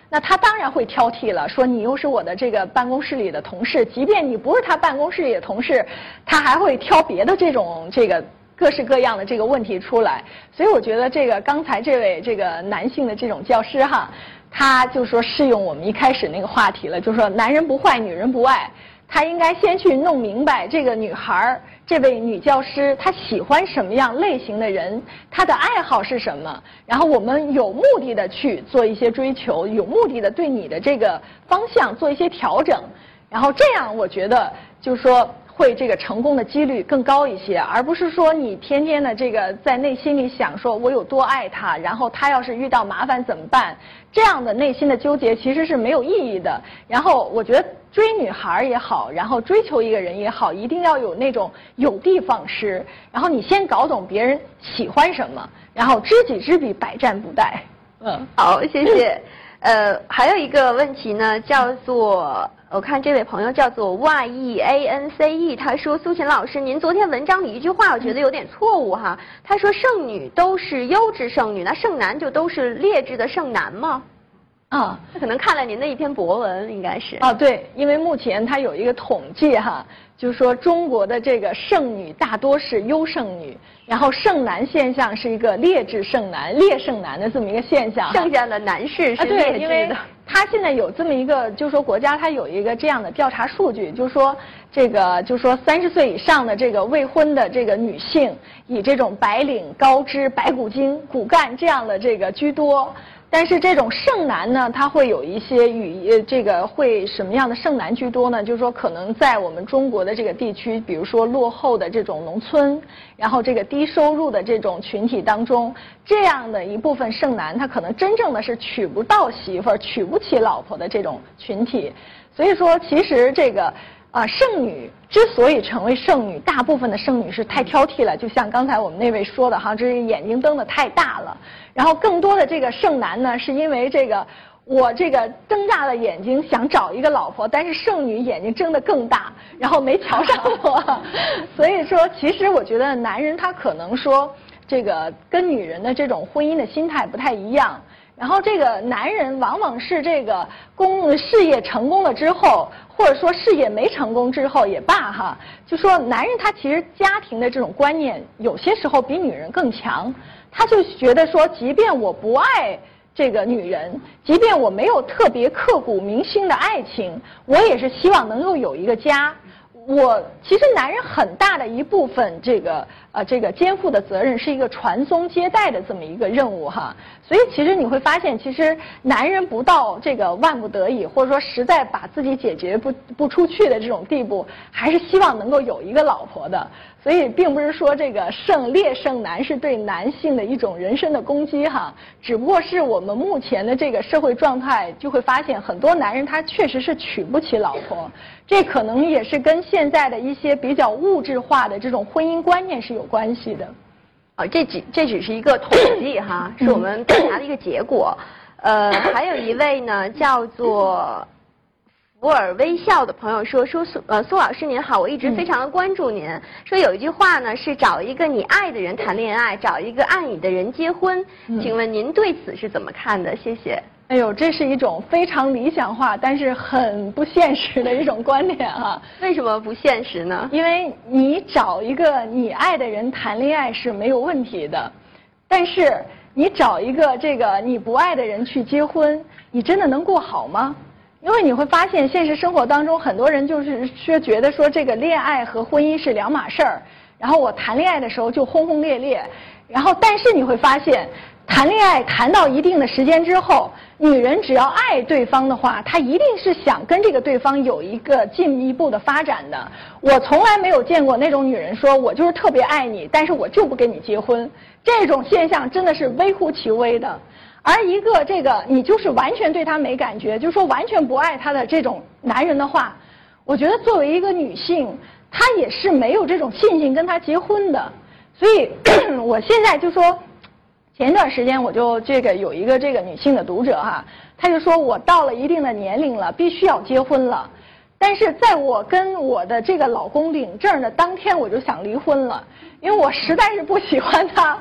那他当然会挑剔了，说你又是我的这个办公室里的同事，即便你不是他办公室里的同事，他还会挑别的这种这个各式各样的这个问题出来。所以我觉得这个刚才这位这个男性的这种教师哈，他就说适用我们一开始那个话题了，就是说男人不坏，女人不爱。他应该先去弄明白这个女孩，这位女教师，她喜欢什么样类型的人，她的爱好是什么，然后我们有目的的去做一些追求，有目的的对你的这个方向做一些调整，然后这样我觉得就是说会这个成功的几率更高一些，而不是说你天天的这个在内心里想说我有多爱他，然后他要是遇到麻烦怎么办，这样的内心的纠结其实是没有意义的。然后我觉得追女孩也好，然后追求一个人也好，一定要有那种有的放矢，然后你先搞懂别人喜欢什么，然后知己知彼，百战不殆。 嗯，好，谢谢。呃，还有一个问题呢，叫做我看这位朋友叫做 Y E A N C E， 他说苏秦老师，您昨天文章里一句话我觉得有点错误哈，他说剩女都是优质剩女，那剩男就都是劣质的剩男吗？ 啊， 他可能看了您的一篇博文，应该是。 啊，对，因为目前他有一个统计哈，就是说中国的这个剩女大多是优剩女，然后剩男现象是一个劣质剩男、劣剩男的这么一个现象。 剩下的男士是劣质的。 啊，对，因为他现在有这么一个，就是说国家他有一个这样的调查数据，就是说这个就是说三十岁以上的这个未婚的这个女性，以这种白领、高知、白骨精、骨干这样的这个居多。但是这种剩男呢，他会有一些与这个会什么样的剩男居多呢？就是说，可能在我们中国的这个地区，比如说落后的这种农村，然后这个低收入的这种群体当中，这样的一部分剩男，他可能真正的是娶不到媳妇儿、娶不起老婆的这种群体。所以说，其实这个啊，剩女之所以成为剩女，大部分的剩女是太挑剔了，就像刚才我们那位说的哈，这是眼睛瞪得太大了。然后更多的这个剩男呢，是因为这个我这个睁大了眼睛想找一个老婆，但是剩女眼睛睁得更大，然后没瞧上我。所以说，其实我觉得男人他可能说这个跟女人的这种婚姻的心态不太一样。然后这个男人往往是这个工事业成功了之后，或者说事业没成功之后也罢哈，就说男人他其实家庭的这种观念有些时候比女人更强，他就觉得说，即便我不爱这个女人，即便我没有特别刻骨铭心的爱情，我也是希望能够有一个家。我其实男人很大的一部分这个呃这个肩负的责任是一个传宗接代的这么一个任务哈，所以其实你会发现，其实男人不到这个万不得已，或者说实在把自己解决不不出去的这种地步，还是希望能够有一个老婆的。所以并不是说这个剩劣剩男是对男性的一种人身的攻击哈，只不过是我们目前的这个社会状态就会发现，很多男人他确实是娶不起老婆，这可能也是跟现在的一些比较物质化的这种婚姻观念是有关系的。 啊，这只这只是一个统计哈，是我们调查的一个结果。呃，还有一位呢，叫做福尔微笑的朋友说说苏呃苏老师您好，我一直非常的关注您。嗯、说有一句话呢是找一个你爱的人谈恋爱，找一个爱你的人结婚。嗯、请问您对此是怎么看的？谢谢。 哎呦，这是一种非常理想化，但是很不现实的一种观点哈。 为什么不现实呢？ 因为你找一个你爱的人谈恋爱是没有问题的，但是你找一个这个你不爱的人去结婚，你真的能过好吗？因为你会发现，现实生活当中很多人就是说觉得说这个恋爱和婚姻是两码事儿，然后我谈恋爱的时候就轰轰烈烈，然后但是你会发现，谈恋爱谈到一定的时间之后，女人只要爱对方的话，她一定是想跟这个对方有一个进一步的发展的。我从来没有见过那种女人说我就是特别爱你，但是我就不跟你结婚，这种现象真的是微乎其微的。而一个这个你就是完全对他没感觉，就是说完全不爱他的这种男人的话，我觉得作为一个女性，她也是没有这种信心跟他结婚的。所以我现在就说，前一段时间我就这个有一个这个女性的读者哈，她就说我到了一定的年龄了，必须要结婚了，但是在我跟我的这个老公领证的当天，我就想离婚了，因为我实在是不喜欢他。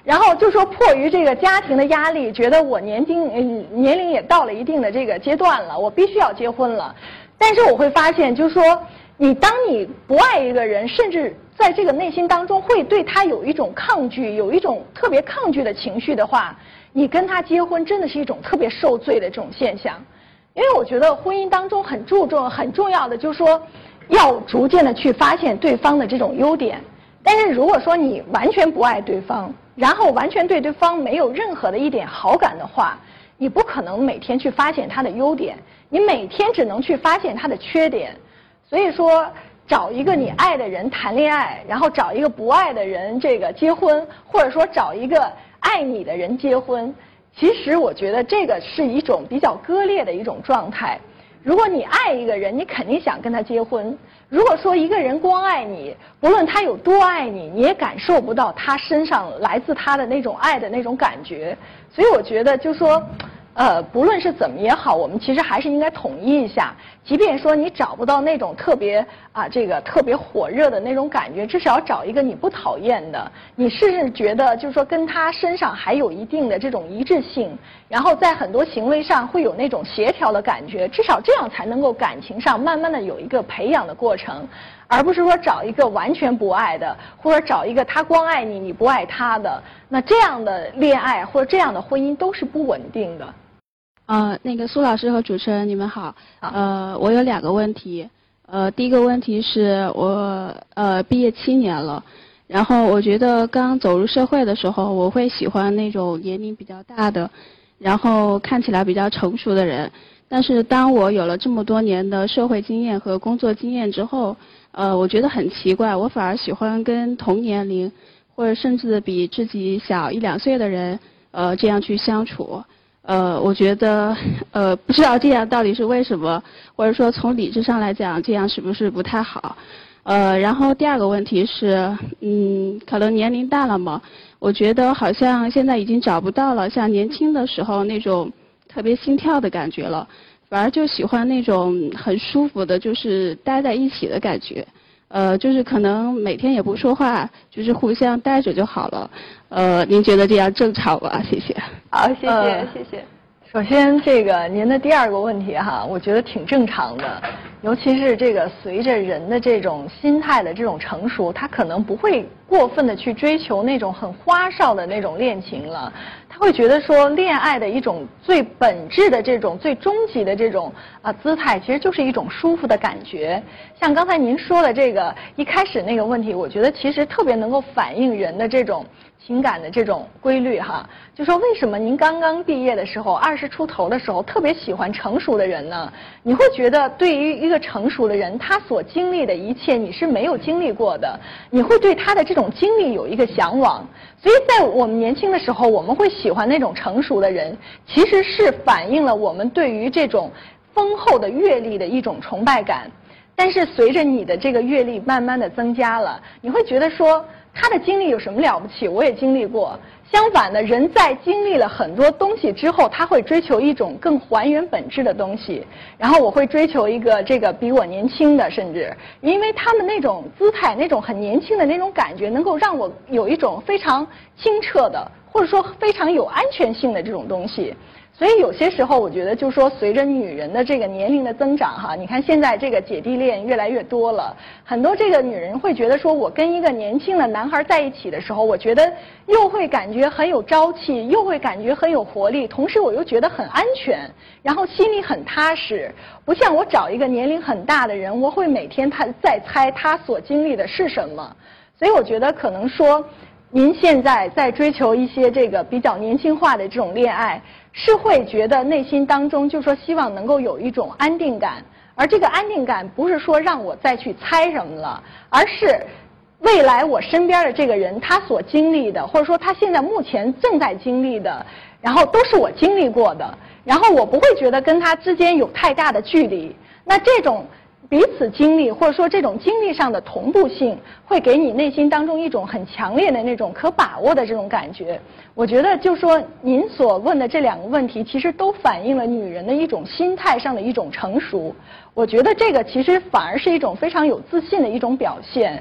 然后就说迫于这个家庭的压力，觉得我年龄嗯年龄也到了一定的这个阶段了，我必须要结婚了。但是我会发现，就是说你当你不爱一个人，甚至在这个内心当中会对他有一种抗拒，有一种特别抗拒的情绪的话，你跟他结婚真的是一种特别受罪的这种现象。因为我觉得婚姻当中很注重很重要的就是说要逐渐的去发现对方的这种优点。但是如果说你完全不爱对方，然后完全对对方没有任何的一点好感的话，你不可能每天去发现他的优点，你每天只能去发现他的缺点。所以说找一个你爱的人谈恋爱，然后找一个不爱的人这个结婚，或者说找一个爱你的人结婚，其实我觉得这个是一种比较割裂的一种状态。如果你爱一个人，你肯定想跟他结婚。如果说一个人光爱你，不论他有多爱你，你也感受不到他身上来自他的那种爱的那种感觉。所以我觉得就说呃，不论是怎么也好，我们其实还是应该统一一下。即便说你找不到那种特别啊，这个特别火热的那种感觉，至少找一个你不讨厌的，你甚至觉得就是说跟他身上还有一定的这种一致性，然后在很多行为上会有那种协调的感觉，至少这样才能够感情上慢慢的有一个培养的过程，而不是说找一个完全不爱的，或者找一个他光爱你你不爱他的，那这样的恋爱或者这样的婚姻都是不稳定的。 呃，那个苏老师和主持人，你们好。呃，我有两个问题。呃，第一个问题是我呃毕业七年了，然后我觉得刚走入社会的时候，我会喜欢那种年龄比较大的，然后看起来比较成熟的人。但是当我有了这么多年的社会经验和工作经验之后，呃，我觉得很奇怪，我反而喜欢跟同年龄或者甚至比自己小一两岁的人，呃，这样去相处。呃，我觉得，呃，不知道这样到底是为什么，或者说从理智上来讲，这样是不是不太好？呃，然后第二个问题是，嗯，可能年龄大了嘛，我觉得好像现在已经找不到了像年轻的时候那种特别心跳的感觉了，反而就喜欢那种很舒服的，就是待在一起的感觉。呃，就是可能每天也不说话，就是互相待着就好了。呃，您觉得这样正常吗？谢谢。 好，谢谢、呃、谢谢。 首先，这个您的第二个问题哈，我觉得挺正常的，尤其是这个随着人的这种心态的这种成熟，他可能不会过分的去追求那种很花哨的那种恋情了。他会觉得说，恋爱的一种最本质的这种最终极的这种啊姿态，其实就是一种舒服的感觉。像刚才您说的这个一开始那个问题，我觉得其实特别能够反映人的这种情感的这种规律哈。就说为什么您刚刚毕业的时候，二十出头的时候，特别喜欢成熟的人呢？你会觉得对于一个成熟的人，他所经历的一切你是没有经历过的，你会对他的这种经历有一个向往。所以在我们年轻的时候，我们会喜欢那种成熟的人，其实是反映了我们对于这种丰厚的阅历的一种崇拜感。但是随着你的这个阅历慢慢的增加了，你会觉得说他的经历有什么了不起，我也经历过。相反的，人在经历了很多东西之后，他会追求一种更还原本质的东西。然后我会追求一个这个比我年轻的，甚至因为他们那种姿态，那种很年轻的那种感觉，能够让我有一种非常清澈的，或者说非常有安全性的这种东西。所以有些时候我觉得就是说，随着女人的这个年龄的增长哈，你看现在这个姐弟恋越来越多了，很多这个女人会觉得说，我跟一个年轻的男孩在一起的时候，我觉得又会感觉很有朝气，又会感觉很有活力，同时我又觉得很安全，然后心里很踏实。不像我找一个年龄很大的人，我会每天他在猜他所经历的是什么。所以我觉得可能说，您现在在追求一些这个比较年轻化的这种恋爱，是会觉得内心当中就说希望能够有一种安定感，而这个安定感不是说让我再去猜什么了，而是未来我身边的这个人他所经历的，或者说他现在目前正在经历的，然后都是我经历过的，然后我不会觉得跟他之间有太大的距离。那这种彼此经历，或者说这种经历上的同步性，会给你内心当中一种很强烈的那种可把握的这种感觉。我觉得就说您所问的这两个问题，其实都反映了女人的一种心态上的一种成熟。我觉得这个其实反而是一种非常有自信的一种表现。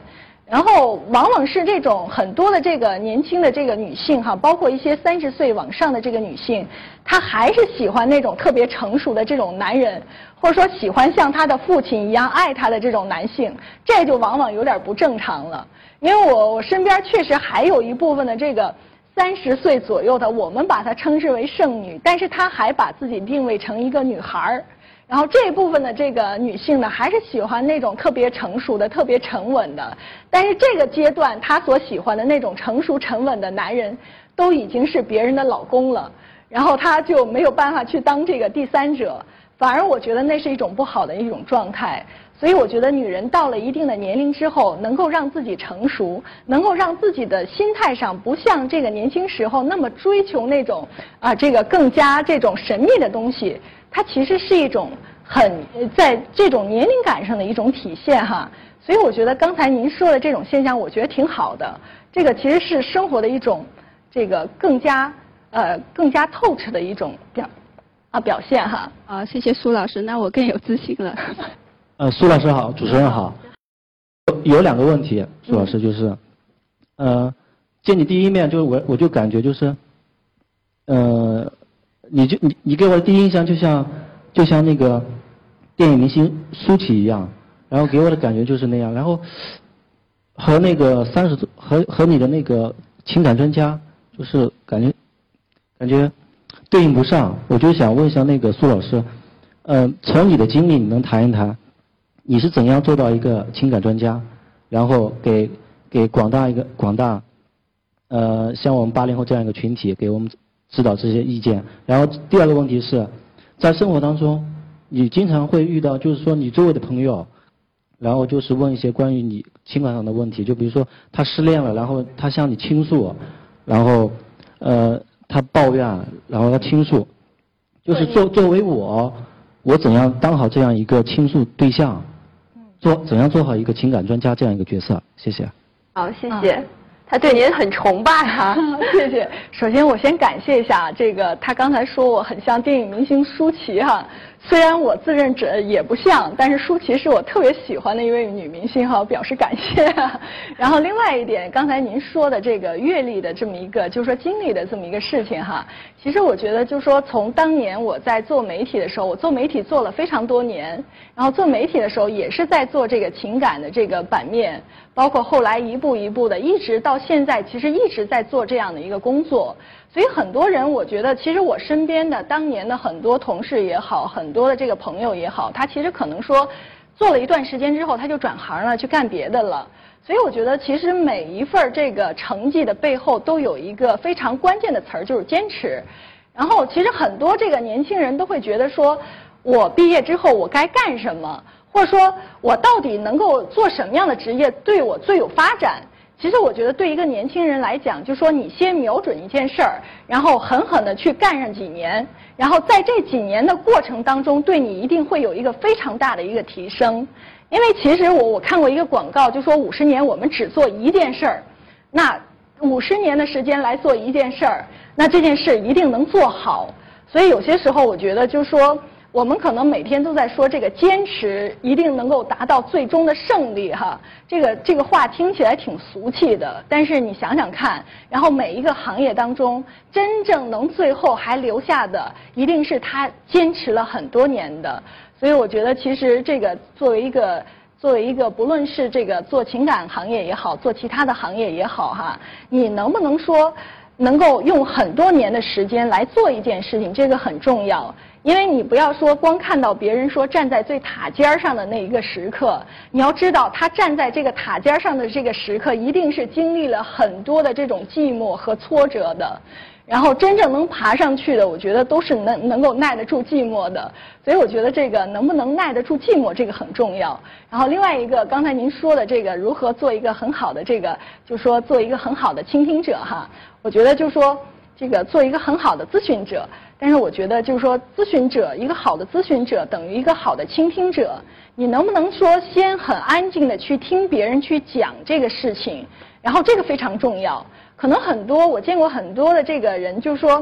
然后往往是这种很多的这个年轻的这个女性哈，包括一些三十岁往上的这个女性，她还是喜欢那种特别成熟的这种男人，或者说喜欢像她的父亲一样爱她的这种男性，这就往往有点不正常了。因为我我身边确实还有一部分的这个三十岁左右的，我们把她称之为剩女，但是她还把自己定位成一个女孩儿。然后这一部分的这个女性呢，还是喜欢那种特别成熟的、特别沉稳的。但是这个阶段，她所喜欢的那种成熟沉稳的男人，都已经是别人的老公了，然后她就没有办法去当这个第三者。反而我觉得那是一种不好的一种状态。所以我觉得女人到了一定的年龄之后，能够让自己成熟，能够让自己的心态上不像这个年轻时候那么追求那种啊这个更加这种神秘的东西。它其实是一种很在这种年龄感上的一种体现哈，所以我觉得刚才您说的这种现象，我觉得挺好的。这个其实是生活的一种这个更加呃更加透彻的一种表啊表现哈。 啊，谢谢苏老师，那我更有自信了。 呃，苏老师好，主持人好。有有两个问题，苏老师就是，呃，见你第一面，就是我我就感觉就是，呃。你就你你给我的第一印象就像就像那个电影明星舒淇一样，然后给我的感觉就是那样，然后和那个三十和和你的那个情感专家就是感觉感觉对应不上。我就想问一下那个苏老师，呃，从你的经历你能谈一谈，你是怎样做到一个情感专家，然后给给广大一个广大呃像我们八零后这样一个群体给我们指导这些意见。然后第二个问题是，在生活当中，你经常会遇到，就是说你周围的朋友，然后就是问一些关于你情感上的问题，就比如说他失恋了，然后他向你倾诉，然后呃他抱怨，然后他倾诉，就是作作为我，我怎样当好这样一个倾诉对象，做怎样做好一个情感专家这样一个角色？谢谢。 好，谢谢。啊，他对您很崇拜啊， 谢谢。首先，我先感谢一下这个，他刚才说我很像电影明星舒淇哈，虽然我自认这也不像，但是舒淇是我特别喜欢的一位女明星哈，我表示感谢。然后另外一点，刚才您说的这个阅历的这么一个，就是说经历的这么一个事情哈，其实我觉得就是说从当年我在做媒体的时候，我做媒体做了非常多年，然后做媒体的时候也是在做这个情感的这个版面，包括后来一步一步的，一直到现在，其实一直在做这样的一个工作。所以很多人，我觉得其实我身边的当年的很多同事也好，很多的这个朋友也好，他其实可能说做了一段时间之后，他就转行了，去干别的了。所以我觉得其实每一份这个成绩的背后都有一个非常关键的词儿，就是坚持。然后其实很多这个年轻人都会觉得说，我毕业之后我该干什么，或者说我到底能够做什么样的职业对我最有发展。其实我觉得对一个年轻人来讲，就说你先瞄准一件事儿，然后狠狠的去干上几年，然后在这几年的过程当中，对你一定会有一个非常大的一个提升。因为其实我我看过一个广告，就说五十年我们只做一件事儿，那五十年的时间来做一件事儿，那这件事一定能做好。所以有些时候我觉得就是说，我们可能每天都在说这个坚持一定能够达到最终的胜利哈，这个这个话听起来挺俗气的，但是你想想看，然后每一个行业当中，真正能最后还留下的，一定是他坚持了很多年的。所以我觉得其实这个作为一个作为一个不论是这个做情感行业也好，做其他的行业也好哈，你能不能说能够用很多年的时间来做一件事情，这个很重要。因为你不要说光看到别人说站在最塔尖上的那一个时刻，你要知道他站在这个塔尖上的这个时刻，一定是经历了很多的这种寂寞和挫折的。然后真正能爬上去的，我觉得都是能能够耐得住寂寞的。所以我觉得这个能不能耐得住寂寞，这个很重要。然后另外一个，刚才您说的这个如何做一个很好的这个，就说做一个很好的倾听者哈，我觉得就说这个做一个很好的咨询者。但是我觉得就是说，咨询者一个好的咨询者等于一个好的倾听者。你能不能说先很安静的去听别人去讲这个事情，然后这个非常重要。可能很多我见过很多的这个人，就是说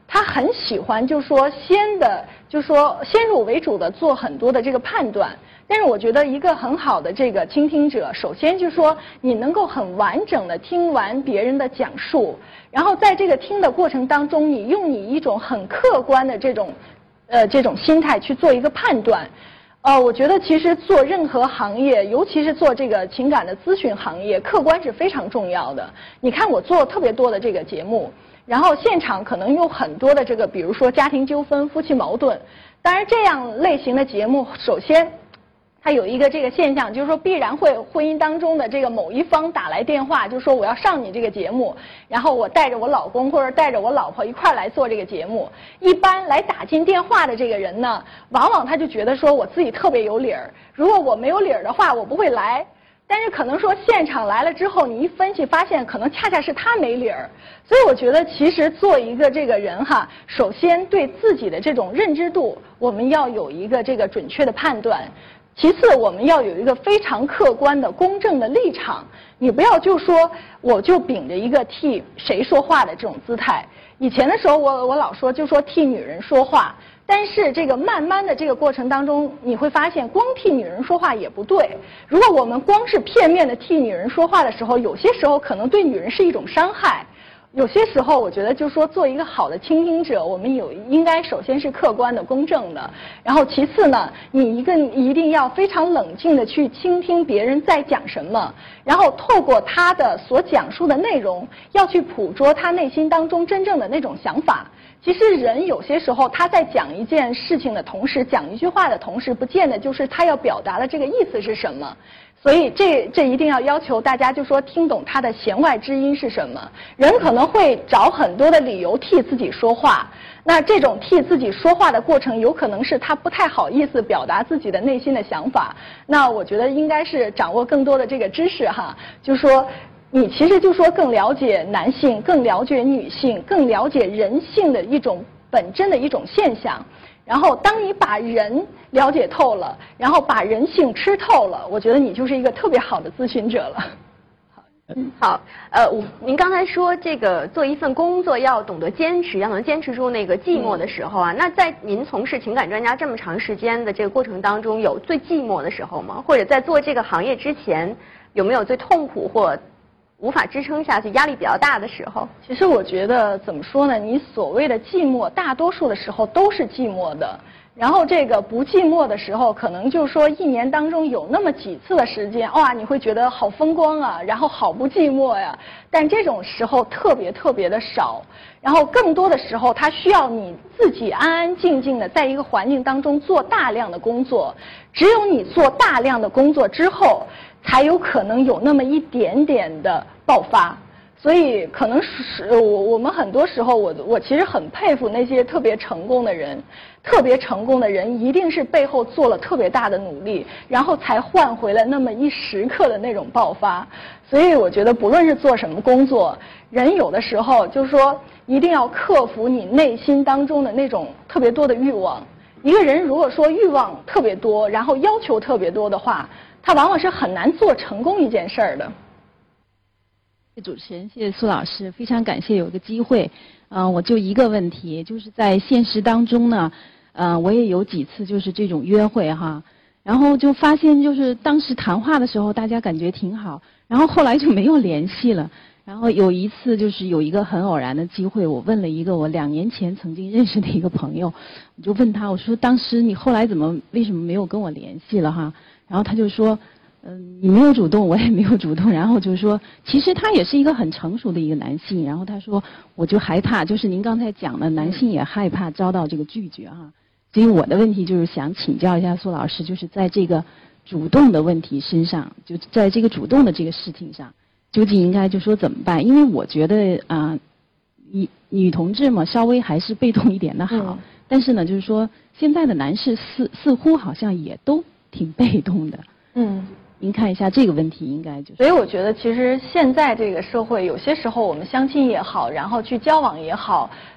他很喜欢就说先的就说先入为主的做很多的这个判断。但是我觉得一个很好的这个倾听者，首先就是说你能够很完整的听完别人的讲述，然后在这个听的过程当中，你用你一种很客观的这种呃这种心态去做一个判断。呃，我觉得其实做任何行业，尤其是做这个情感的咨询行业，客观是非常重要的。你看我做特别多的这个节目，然后现场可能有很多的这个，比如说家庭纠纷、夫妻矛盾。当然，这样类型的节目，首先它有一个这个现象，就是说必然会婚姻当中的这个某一方打来电话，就说我要上你这个节目，然后我带着我老公或者带着我老婆一块儿来做这个节目。一般来打进电话的这个人呢，往往他就觉得说我自己特别有理儿，如果我没有理儿的话，我不会来。但是可能说现场来了之后，你一分析发现，可能恰恰是他没理儿。所以我觉得，其实做一个这个人哈，首先对自己的这种认知度，我们要有一个这个准确的判断。其次，我们要有一个非常客观的、公正的立场。你不要就说我就秉着一个替谁说话的这种姿态。以前的时候我，我我老说就说替女人说话，但是这个慢慢的这个过程当中，你会发现光替女人说话也不对。如果我们光是片面的替女人说话的时候，有些时候可能对女人是一种伤害。有些时候，我觉得就是说，做一个好的倾听者，我们有应该首先是客观的、公正的，然后其次呢，你一个一定要非常冷静的去倾听别人在讲什么，然后透过他的所讲述的内容，要去捕捉他内心当中真正的那种想法。其实人有些时候他在讲一件事情的同时，讲一句话的同时，不见得就是他要表达的这个意思是什么。所以这这一定要要求大家，就说听懂他的弦外之音是什么。人可能会找很多的理由替自己说话，那这种替自己说话的过程，有可能是他不太好意思表达自己的内心的想法。那我觉得应该是掌握更多的这个知识哈，就说你其实就说更了解男性，更了解女性，更了解人性的一种本真的一种现象。然后当你把人了解透了，然后把人性吃透了，我觉得你就是一个特别好的咨询者了。 嗯，好，呃，我您刚才说这个做一份工作要懂得坚持，要能坚持住那个寂寞的时候啊，嗯、那在您从事情感专家这么长时间的这个过程当中，有最寂寞的时候吗？或者在做这个行业之前，有没有最痛苦或无法支撑下去、压力比较大的时候？ 其实我觉得怎么说呢？你所谓的寂寞，大多数的时候都是寂寞的。然后这个不寂寞的时候，可能就是说一年当中有那么几次的时间，哇，你会觉得好风光啊，然后好不寂寞呀。但这种时候特别特别的少。然后更多的时候，它需要你自己安安静静的在一个环境当中做大量的工作。只有你做大量的工作之后，才有可能有那么一点点的爆发。所以可能是我我们很多时候，我我其实很佩服那些特别成功的人，特别成功的人一定是背后做了特别大的努力，然后才换回了那么一时刻的那种爆发。所以我觉得不论是做什么工作，人有的时候就是说一定要克服你内心当中的那种特别多的欲望。一个人如果说欲望特别多，然后要求特别多的话，他往往是很难做成功一件事儿的。 主持人，谢谢苏老师，非常感谢有一个机会。嗯、呃，我就一个问题，就是在现实当中呢，呃，我也有几次就是这种约会哈，然后就发现就是当时谈话的时候，大家感觉挺好，然后后来就没有联系了。然后有一次就是有一个很偶然的机会，我问了一个我两年前曾经认识的一个朋友，我就问他，我说当时你后来怎么为什么没有跟我联系了哈？然后他就说。嗯，你没有主动，我也没有主动。然后就是说，其实他也是一个很成熟的一个男性。然后他说，我就害怕，就是您刚才讲的，男性也害怕遭到这个拒绝哈。所以我的问题就是想请教一下苏老师，就是在这个主动的问题身上，就在这个主动的这个事情上，究竟应该就说怎么办？因为我觉得啊，女、呃、女同志嘛，稍微还是被动一点的好。嗯、但是呢，就是说现在的男士似似乎好像也都挺被动的。嗯。您看一下这个问题，应该就是。 所以我觉得，其实现在这个社会，有些时候我们相亲也好，然后去交往也好，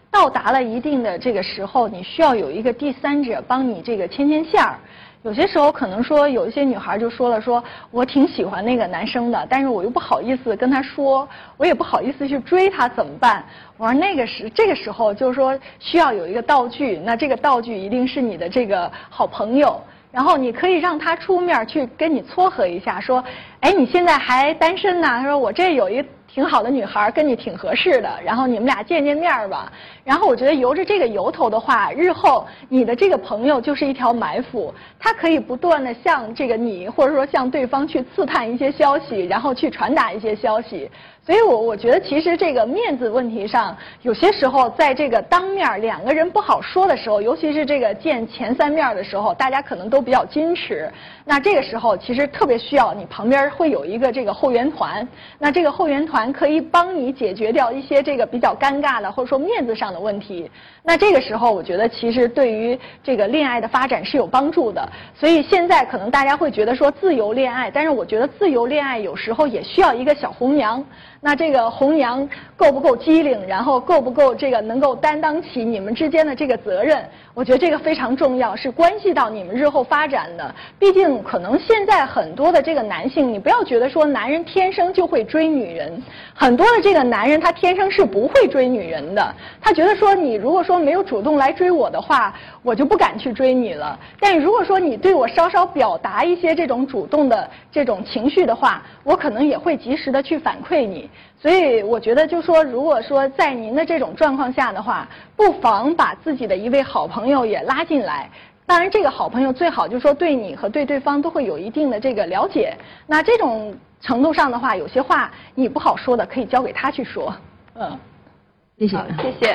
到达了一定的这个时候，你需要有一个第三者帮你这个牵牵线儿。有些时候可能说有一些女孩就说了说我挺喜欢那个男生的，但是我又不好意思跟他说，我也不好意思去追他，怎么办？我说那个时这个时候就是说需要有一个道具，那这个道具一定是你的这个好朋友，然后你可以让他出面去跟你撮合一下，说哎你现在还单身呢？他说我这有一挺好的女孩跟你挺合适的，然后你们俩见见面吧。然后我觉得由着这个由头的话，日后你的这个朋友就是一条埋伏，他可以不断的向这个你或者说向对方去刺探一些消息，然后去传达一些消息。所以我我觉得其实这个面子问题上，有些时候在这个当面两个人不好说的时候，尤其是这个见前三面的时候，大家可能都比较矜持。那这个时候其实特别需要你旁边会有一个这个后援团，那这个后援团可以帮你解决掉一些这个比较尴尬的或者说面子上的问题。那这个时候我觉得其实对于这个恋爱的发展是有帮助的。所以现在可能大家会觉得说自由恋爱，但是我觉得自由恋爱有时候也需要一个小红娘。那这个红娘够不够机灵，然后够不够这个能够担当起你们之间的这个责任，我觉得这个非常重要，是关系到你们日后发展的。毕竟可能现在很多的这个男性，你不要觉得说男人天生就会追女人，很多的这个男人他天生是不会追女人的，他觉得说你如果说没有主动来追我的话，我就不敢去追你了。但如果说你对我稍稍表达一些这种主动的这种情绪的话，我可能也会及时的去反馈你。所以我觉得就说如果说在您的这种状况下的话，不妨把自己的一位好朋友也拉进来。当然这个好朋友最好就是说对你和对对方都会有一定的这个了解，那这种程度上的话，有些话你不好说的可以交给他去说。嗯， 谢谢谢谢。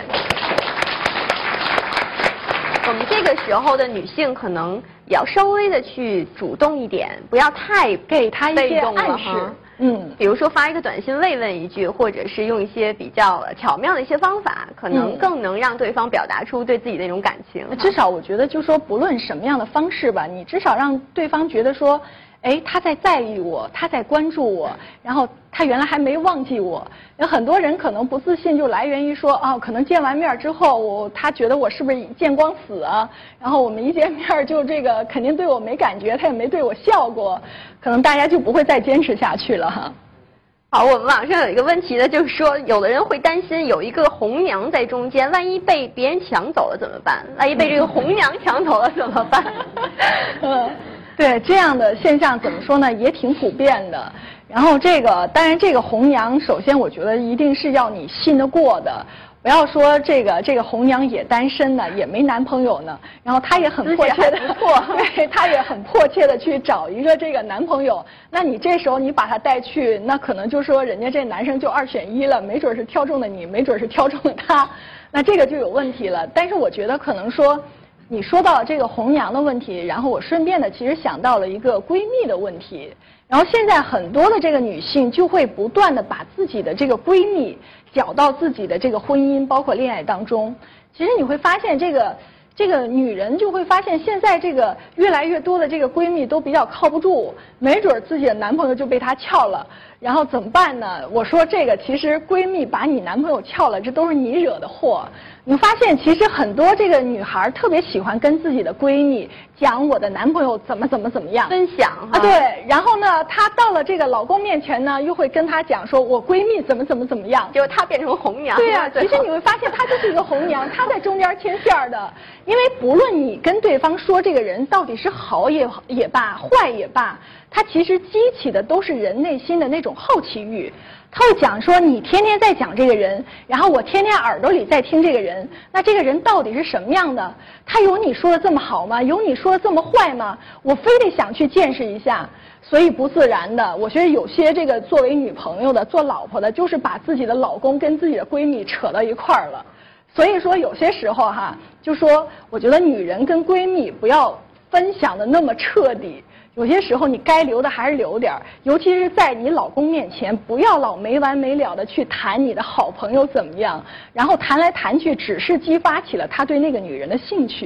我们这个时候的女性可能也要稍微的去主动一点，不要太给他一些暗示。嗯， 比如说发一个短信慰问一句，或者是用一些比较巧妙的一些方法，可能更能让对方表达出对自己的那种感情。 嗯、至少我觉得就是说不论什么样的方式吧，你至少让对方觉得说哎，他在在意我，他在关注我，然后他原来还没忘记我。有很多人可能不自信就来源于说，哦，可能见完面之后，我他觉得我是不是见光死啊？然后我们一见面就这个肯定对我没感觉，他也没对我笑过，可能大家就不会再坚持下去了哈。 好，我们网上有一个问题呢，就是说有的人会担心有一个红娘在中间，万一被别人抢走了怎么办？万一被这个红娘抢走了怎么办？ 嗯。对，这样的现象怎么说呢，也挺普遍的。然后这个，当然这个红娘，首先我觉得一定是要你信得过的，不要说这个这个红娘也单身呢，也没男朋友呢，然后她也很迫切的，对，她也很迫切的去找一个这个男朋友。那你这时候你把她带去，那可能就说人家这男生就二选一了，没准是挑中了你，没准是挑中了他，那这个就有问题了。但是我觉得可能说。你说到这个红娘的问题，然后我顺便的其实想到了一个闺蜜的问题。然后现在很多的这个女性就会不断的把自己的这个闺蜜搅到自己的这个婚姻包括恋爱当中。其实你会发现这个这个女人就会发现现在这个越来越多的这个闺蜜都比较靠不住，没准自己的男朋友就被她撬了，然后怎么办呢？我说这个其实闺蜜把你男朋友撬了，这都是你惹的祸。你发现其实很多这个女孩特别喜欢跟自己的闺蜜讲我的男朋友怎么怎么怎么样分享啊，对，然后呢她到了这个老公面前呢又会跟他讲说我闺蜜怎么怎么怎么样， 结果她变成红娘。 对呀、啊，其实你会发现她就是一个红娘，她在中间牵线的。因为不论你跟对方说这个人到底是好也也罢，坏也罢，他其实激起的都是人内心的那种好奇欲。他会讲说你天天在讲这个人，然后我天天耳朵里在听这个人，那这个人到底是什么样的？他有你说的这么好吗？有你说的这么坏吗？我非得想去见识一下，所以不自然的。我觉得有些这个作为女朋友的、做老婆的，就是把自己的老公跟自己的闺蜜扯到一块儿了。所以说有些时候哈，就说我觉得女人跟闺蜜不要分享的那么彻底，有些时候你该留的还是留点儿，尤其是在你老公面前，不要老没完没了的去谈你的好朋友怎么样，然后谈来谈去只是激发起了他对那个女人的兴趣。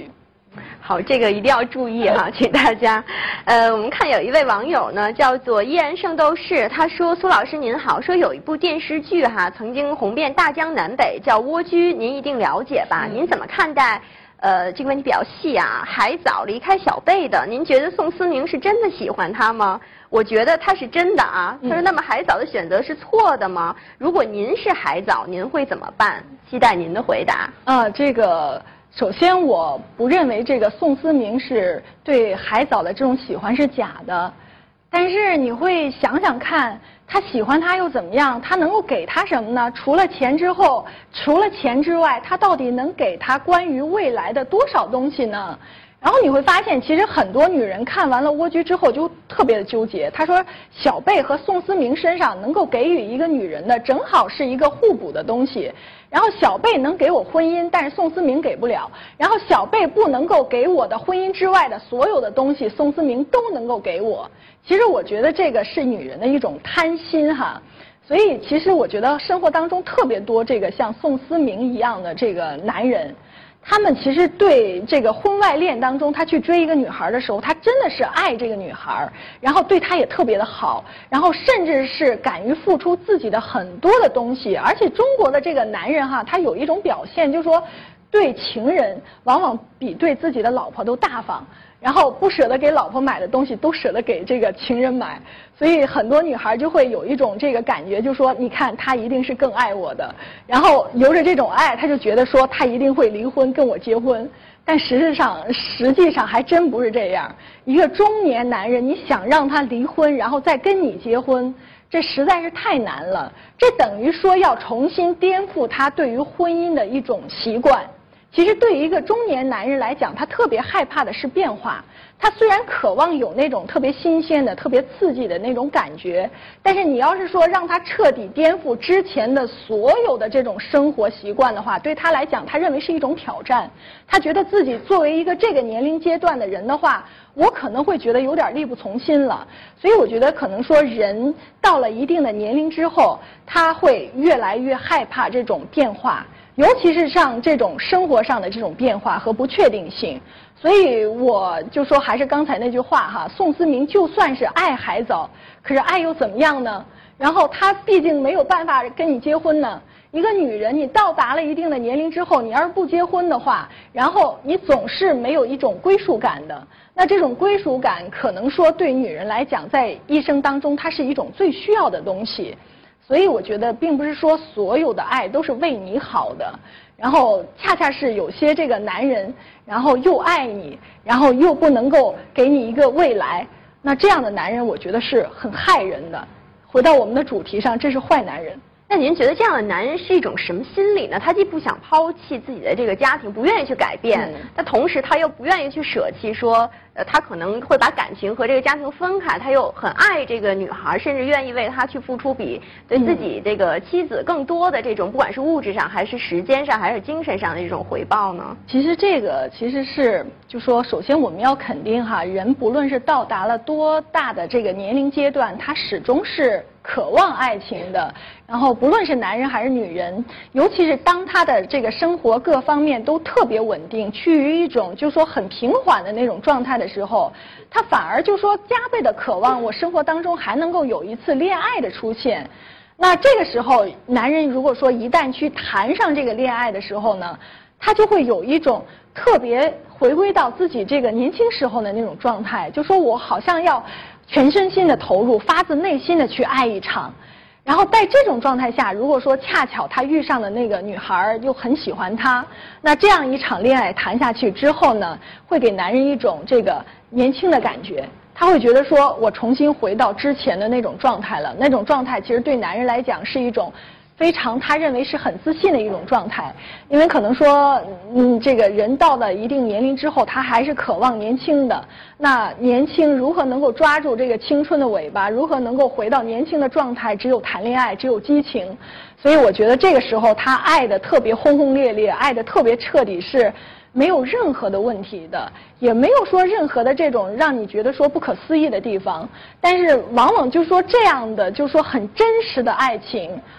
好，这个一定要注意哈，请大家。呃，我们看有一位网友呢，叫做依然圣斗士，他说：“苏老师您好，说有一部电视剧哈，曾经红遍大江南北，叫《蜗居》，您一定了解吧？您怎么看待？呃，这个问题比较细啊。海藻离开小贝的，您觉得宋思明是真的喜欢他吗？我觉得他是真的啊。他说，那么海藻的选择是错的吗？如果您是海藻，您会怎么办？期待您的回答。 啊，这个。”首先，我不认为这个宋思明是对海藻的这种喜欢是假的，但是你会想想看，他喜欢他又怎么样？他能够给他什么呢？除了钱之后，除了钱之外，他到底能给他关于未来的多少东西呢？然后你会发现，其实很多女人看完了《蜗居》之后就特别的纠结。她说，小贝和宋思明身上能够给予一个女人的，正好是一个互补的东西。然后小贝能给我婚姻，但是宋思明给不了。然后小贝不能够给我的婚姻之外的所有的东西，宋思明都能够给我。其实我觉得这个是女人的一种贪心哈。所以其实我觉得生活当中特别多这个像宋思明一样的这个男人。他们其实对这个婚外恋当中，他去追一个女孩的时候，他真的是爱这个女孩，然后对她也特别的好，然后甚至是敢于付出自己的很多的东西。而且中国的这个男人哈，他有一种表现，就是说对情人往往比对自己的老婆都大方。然后不舍得给老婆买的东西都舍得给这个情人买，所以很多女孩就会有一种这个感觉，就说你看他一定是更爱我的，然后由着这种爱，他就觉得说他一定会离婚跟我结婚。但实质上实际上还真不是这样。一个中年男人，你想让他离婚然后再跟你结婚，这实在是太难了。这等于说要重新颠覆他对于婚姻的一种习惯。其实对于一个中年男人来讲，他特别害怕的是变化。他虽然渴望有那种特别新鲜的、特别刺激的那种感觉，但是你要是说让他彻底颠覆之前的所有的这种生活习惯的话，对他来讲，他认为是一种挑战。他觉得自己作为一个这个年龄阶段的人的话，我可能会觉得有点力不从心了。所以我觉得可能说人到了一定的年龄之后，他会越来越害怕这种变化。尤其是像这种生活上的这种变化和不确定性，所以我就说还是刚才那句话哈，宋思明就算是爱海藻，可是爱又怎么样呢？然后他毕竟没有办法跟你结婚呢。一个女人，你到达了一定的年龄之后，你要是不结婚的话，然后你总是没有一种归属感的。那这种归属感，可能说对女人来讲，在一生当中，它是一种最需要的东西。所以我觉得并不是说所有的爱都是为你好的，然后恰恰是有些这个男人，然后又爱你，然后又不能够给你一个未来，那这样的男人我觉得是很害人的。回到我们的主题上，这是坏男人。 那您觉得这样的男人是一种什么心理呢？他既不想抛弃自己的这个家庭，不愿意去改变，嗯、但同时他又不愿意去舍弃说，呃，他可能会把感情和这个家庭分开，他又很爱这个女孩，甚至愿意为她去付出比对自己这个妻子更多的这种，不管是物质上还是时间上还是精神上的这种回报呢？ 其实这个其实是就说，首先我们要肯定哈，人不论是到达了多大的这个年龄阶段，他始终是渴望爱情的。然后不论是男人还是女人，尤其是当他的这个生活各方面都特别稳定，趋于一种就说很平缓的那种状态的时候，他反而就说加倍的渴望我生活当中还能够有一次恋爱的出现。那这个时候，男人如果说一旦去谈上这个恋爱的时候呢，他就会有一种特别回归到自己这个年轻时候的那种状态，就说我好像要全身心的投入，发自内心的去爱一场。然后在这种状态下，如果说恰巧他遇上的那个女孩又很喜欢他，那这样一场恋爱谈下去之后呢，会给男人一种这个年轻的感觉。他会觉得说我重新回到之前的那种状态了，那种状态其实对男人来讲是一种非常他认为是很自信的一种状态。因为可能说嗯，这个人到了一定年龄之后，他还是渴望年轻的。那年轻如何能够抓住这个青春的尾巴，如何能够回到年轻的状态，只有谈恋爱，只有激情。所以我觉得这个时候他爱的特别轰轰烈烈，爱的特别彻底，是没有任何的问题的，也没有说任何的这种让你觉得说不可思议的地方。但是往往就说这样的就说很真实的爱情，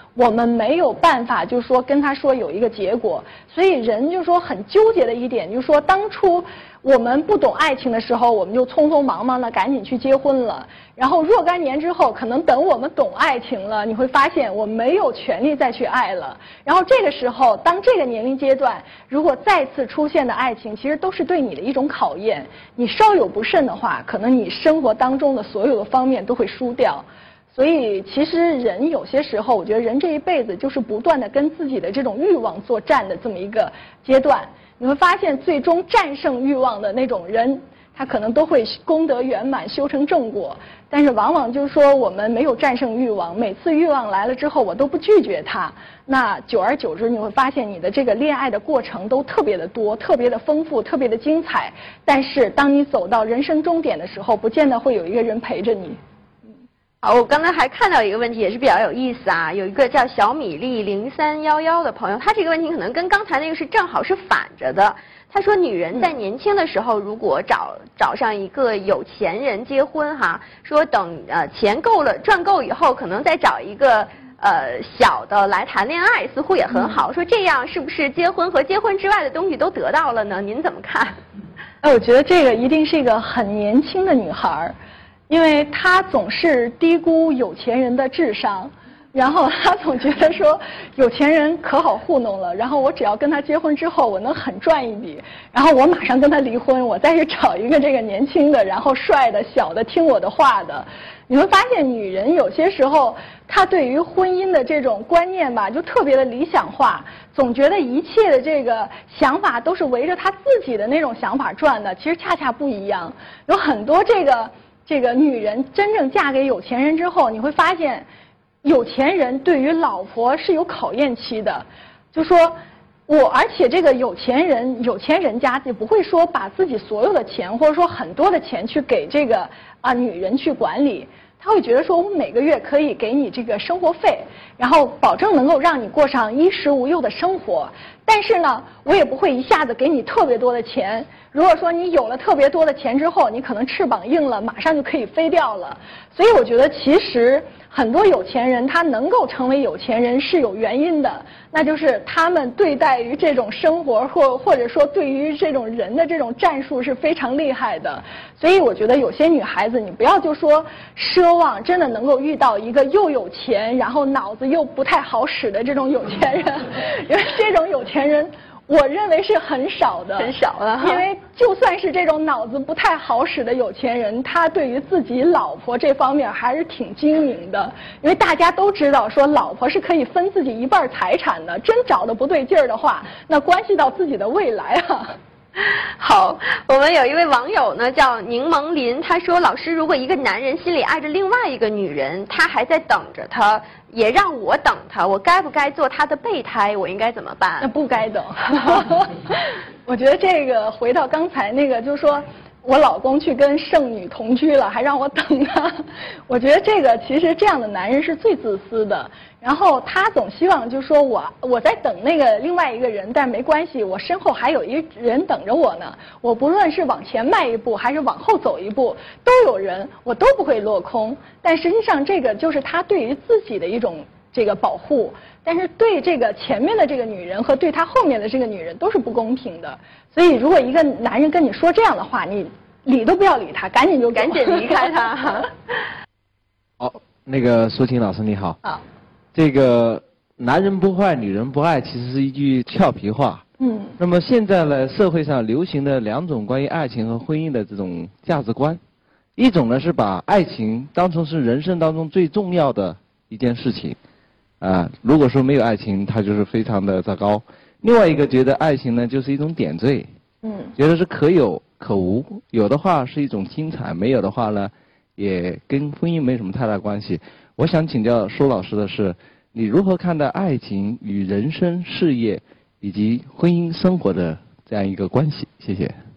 我们没有办法就是说跟他说有一个结果，所以人就说很纠结的一点就是说，当初我们不懂爱情的时候，我们就匆匆忙忙的赶紧去结婚了，然后若干年之后，可能等我们懂爱情了，你会发现我没有权利再去爱了。然后这个时候，当这个年龄阶段如果再次出现的爱情，其实都是对你的一种考验，你稍有不慎的话，可能你生活当中的所有的方面都会输掉。所以其实人有些时候，我觉得人这一辈子就是不断的跟自己的这种欲望作战的这么一个阶段。你会发现最终战胜欲望的那种人，他可能都会功德圆满，修成正果。但是往往就是说我们没有战胜欲望，每次欲望来了之后我都不拒绝它，那久而久之你会发现你的这个恋爱的过程都特别的多，特别的丰富，特别的精彩。但是当你走到人生终点的时候，不见得会有一个人陪着你。 好，我刚才还看到一个问题，也是比较有意思啊。有一个叫小米粒零三幺幺的朋友，他这个问题可能跟刚才那个是正好是反着的。他说，女人在年轻的时候，如果找找上一个有钱人结婚哈，说等呃钱够了赚够以后，可能再找一个呃小的来谈恋爱，似乎也很好。说这样是不是结婚和结婚之外的东西都得到了呢？您怎么看？ 哎，我觉得这个一定是一个很年轻的女孩。因为他总是低估有钱人的智商，然后他总觉得说有钱人可好糊弄了，然后我只要跟他结婚之后我能狠赚一笔，然后我马上跟他离婚，我再去找一个这个年轻的，然后帅的、小的、听我的话的。你会发现女人有些时候她对于婚姻的这种观念吧，就特别的理想化，总觉得一切的这个想法都是围着她自己的那种想法转的，其实恰恰不一样。有很多这个这个女人真正嫁给有钱人之后，你会发现有钱人对于老婆是有考验期的，就说我而且这个有钱人有钱人家就不会说把自己所有的钱或者说很多的钱去给这个啊女人去管理，他会觉得说我每个月可以给你这个生活费，然后保证能够让你过上衣食无忧的生活，但是呢我也不会一下子给你特别多的钱，如果说你有了特别多的钱之后，你可能翅膀硬了，马上就可以飞掉了。所以我觉得其实很多有钱人他能够成为有钱人是有原因的，那就是他们对待于这种生活或或者说对于这种人的这种战术是非常厉害的。所以我觉得有些女孩子你不要就说奢望真的能够遇到一个又有钱然后脑子又不太好使的这种有钱人，因为这种有钱人我认为是很少的， 很少了。 因为就算是这种脑子不太好使的有钱人，他对于自己老婆这方面还是挺精明的。因为大家都知道说老婆是可以分自己一半财产的，真找的不对劲儿的话，那关系到自己的未来啊。 好，我们有一位网友呢叫柠檬林，他说老师，如果一个男人心里爱着另外一个女人，他还在等着他，也让我等他，我该不该做他的备胎？我应该怎么办？ 那不该等。我觉得这个回到刚才那个，就是说我老公去跟剩女同居了，还让我等他。我觉得这个其实这样的男人是最自私的。然后他总希望就是说我我在等那个另外一个人，但没关系，我身后还有一人等着我呢。我不论是往前迈一步还是往后走一步，都有人，我都不会落空。但实际上这个就是他对于自己的一种这个保护，但是对这个前面的这个女人和对他后面的这个女人都是不公平的。所以如果一个男人跟你说这样的话，你理都不要理他，赶紧就赶紧离开他。 好，那个苏青老师你好。 好。 这个男人不坏，女人不爱，其实是一句俏皮话。 嗯。 那么现在呢，社会上流行的两种关于爱情和婚姻的这种价值观，一种呢是把爱情当成是人生当中最重要的一件事情，啊，如果说没有爱情，它就是非常的糟糕。另外一个觉得爱情呢就是一种点缀， 嗯， 觉得是可有可无，有的话是一种精彩，没有的话呢，也跟婚姻没什么太大关系。我想请教苏老师的是，你如何看待爱情与人生、事业以及婚姻生活的这样一个关系？谢谢。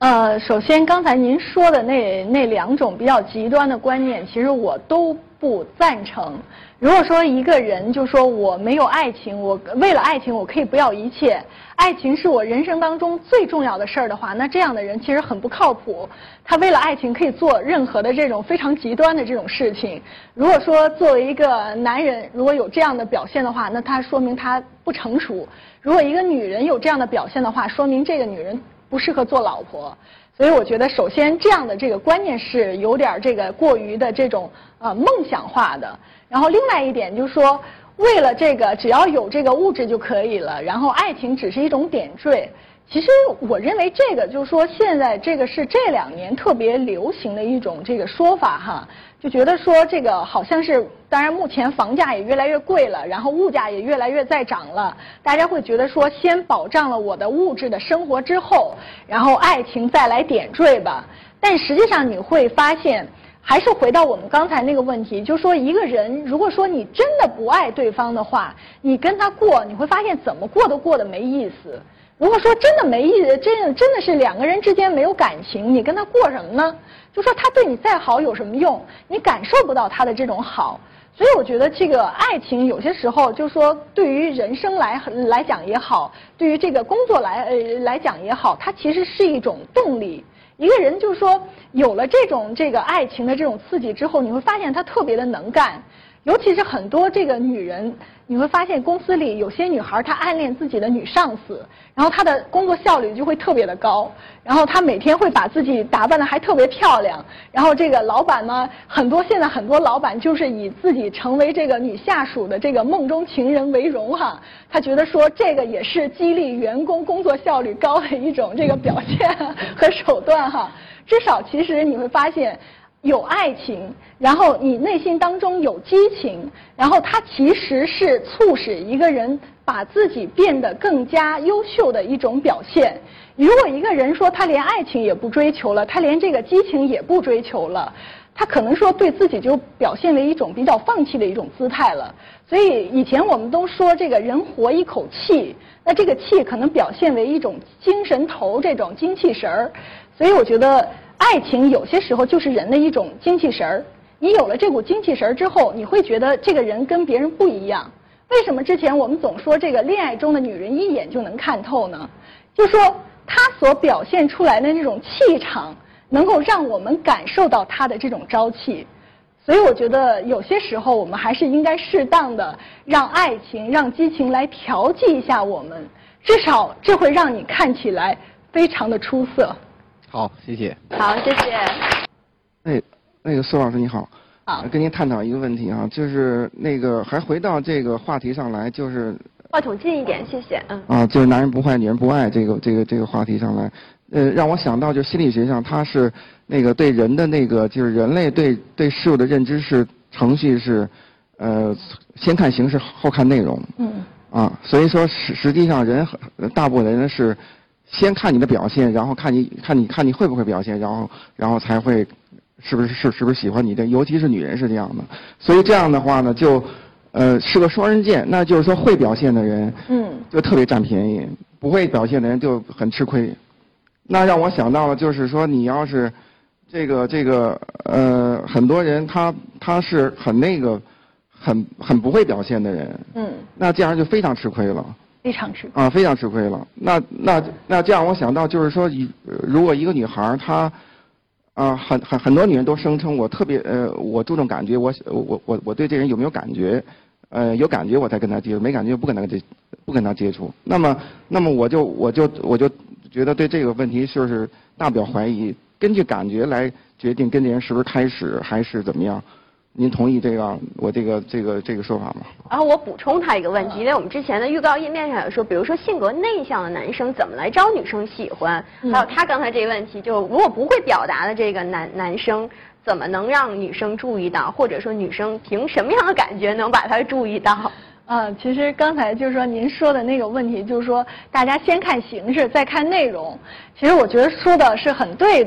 呃，首先刚才您说的那那两种比较极端的观念，其实我都不赞成。如果说一个人就说我没有爱情，我为了爱情我可以不要一切，爱情是我人生当中最重要的事儿的话，那这样的人其实很不靠谱。他为了爱情可以做任何的这种非常极端的这种事情。如果说作为一个男人如果有这样的表现的话，那他说明他不成熟。如果一个女人有这样的表现的话，说明这个女人不适合做老婆。所以我觉得首先这样的这个观念是有点这个过于的这种呃梦想化的。然后另外一点就是说，为了这个只要有这个物质就可以了，然后爱情只是一种点缀。其实我认为这个就是说现在这个是这两年特别流行的一种这个说法哈，就觉得说这个好像是，当然目前房价也越来越贵了，然后物价也越来越在涨了，大家会觉得说先保障了我的物质的生活之后，然后爱情再来点缀吧。但实际上你会发现，还是回到我们刚才那个问题，就是说一个人如果说你真的不爱对方的话，你跟他过，你会发现怎么过都过得没意思。如果说真的没意思，真的真的是两个人之间没有感情，你跟他过什么呢？就说他对你再好有什么用？你感受不到他的这种好。所以我觉得这个爱情有些时候就是说对于人生来来讲也好，对于这个工作来呃来讲也好，它其实是一种动力。一个人就是说有了这种这个爱情的这种刺激之后，你会发现他特别的能干。尤其是很多这个女人，你会发现公司里有些女孩她暗恋自己的女上司，然后她的工作效率就会特别的高，然后她每天会把自己打扮得还特别漂亮，然后这个老板呢，很多现在很多老板就是以自己成为这个女下属的这个梦中情人为荣哈，他觉得说这个也是激励员工工作效率高的一种这个表现和手段哈，至少其实你会发现。有爱情，然后你内心当中有激情，然后它其实是促使一个人把自己变得更加优秀的一种表现。如果一个人说他连爱情也不追求了，他连这个激情也不追求了，他可能说对自己就表现为一种比较放弃的一种姿态了。所以以前我们都说这个人活一口气，那这个气可能表现为一种精神头，这种精气神儿。所以我觉得爱情有些时候就是人的一种精气神儿。你有了这股精气神儿之后，你会觉得这个人跟别人不一样。为什么之前我们总说这个恋爱中的女人一眼就能看透呢？就说她所表现出来的那种气场，能够让我们感受到她的这种朝气。所以我觉得有些时候我们还是应该适当的让爱情、让激情来调剂一下我们，至少这会让你看起来非常的出色。 好，谢谢。 好，谢谢。 那那个苏老师你好， 好， 跟您探讨一个问题啊，就是那个还回到这个话题上来，就是话筒近一点，谢谢。嗯。 啊，就是男人不坏，女人不爱这个这个这个话题上来，呃，让我想到就心理学上，它是那个对人的那个就是人类对对事物的认知是程序是，呃，先看形式后看内容。 嗯。 啊，所以说实实际上人大部分人是。先看你的表现，然后看你看你看你会不会表现，然后然后才会是不是是是不是喜欢你的，尤其是女人是这样的。所以这样的话呢，就呃是个双刃剑，那就是说会表现的人， 嗯， 就特别占便宜，不会表现的人就很吃亏。那让我想到了，就是说你要是这个这个呃很多人他他是很那个很很不会表现的人， 嗯， 那这样就非常吃亏了。 非常吃亏啊，非常吃亏了。那那那这样，我想到就是说，一如果一个女孩她，啊，很很很多女人都声称我特别呃，我注重感觉，我我我我对这人有没有感觉，呃，有感觉我才跟他接触，没感觉不跟他接不跟他接触。那么那么我就我就我就觉得对这个问题就是大表怀疑，根据感觉来决定跟这人是不是开始还是怎么样。您同意这个我这个这个这个说法吗？ 然后我补充他一个问题，因为我们之前的预告页面上有说，比如说性格内向的男生怎么来招女生喜欢， 嗯、 还有他刚才这个问题，就如果不会表达的这个男男生，怎么能让女生注意到，或者说女生凭什么样的感觉能把他注意到？ 呃，其实刚才就是说您说的那个问题，就是说大家先看形式，再看内容。其实我觉得说的是很对的。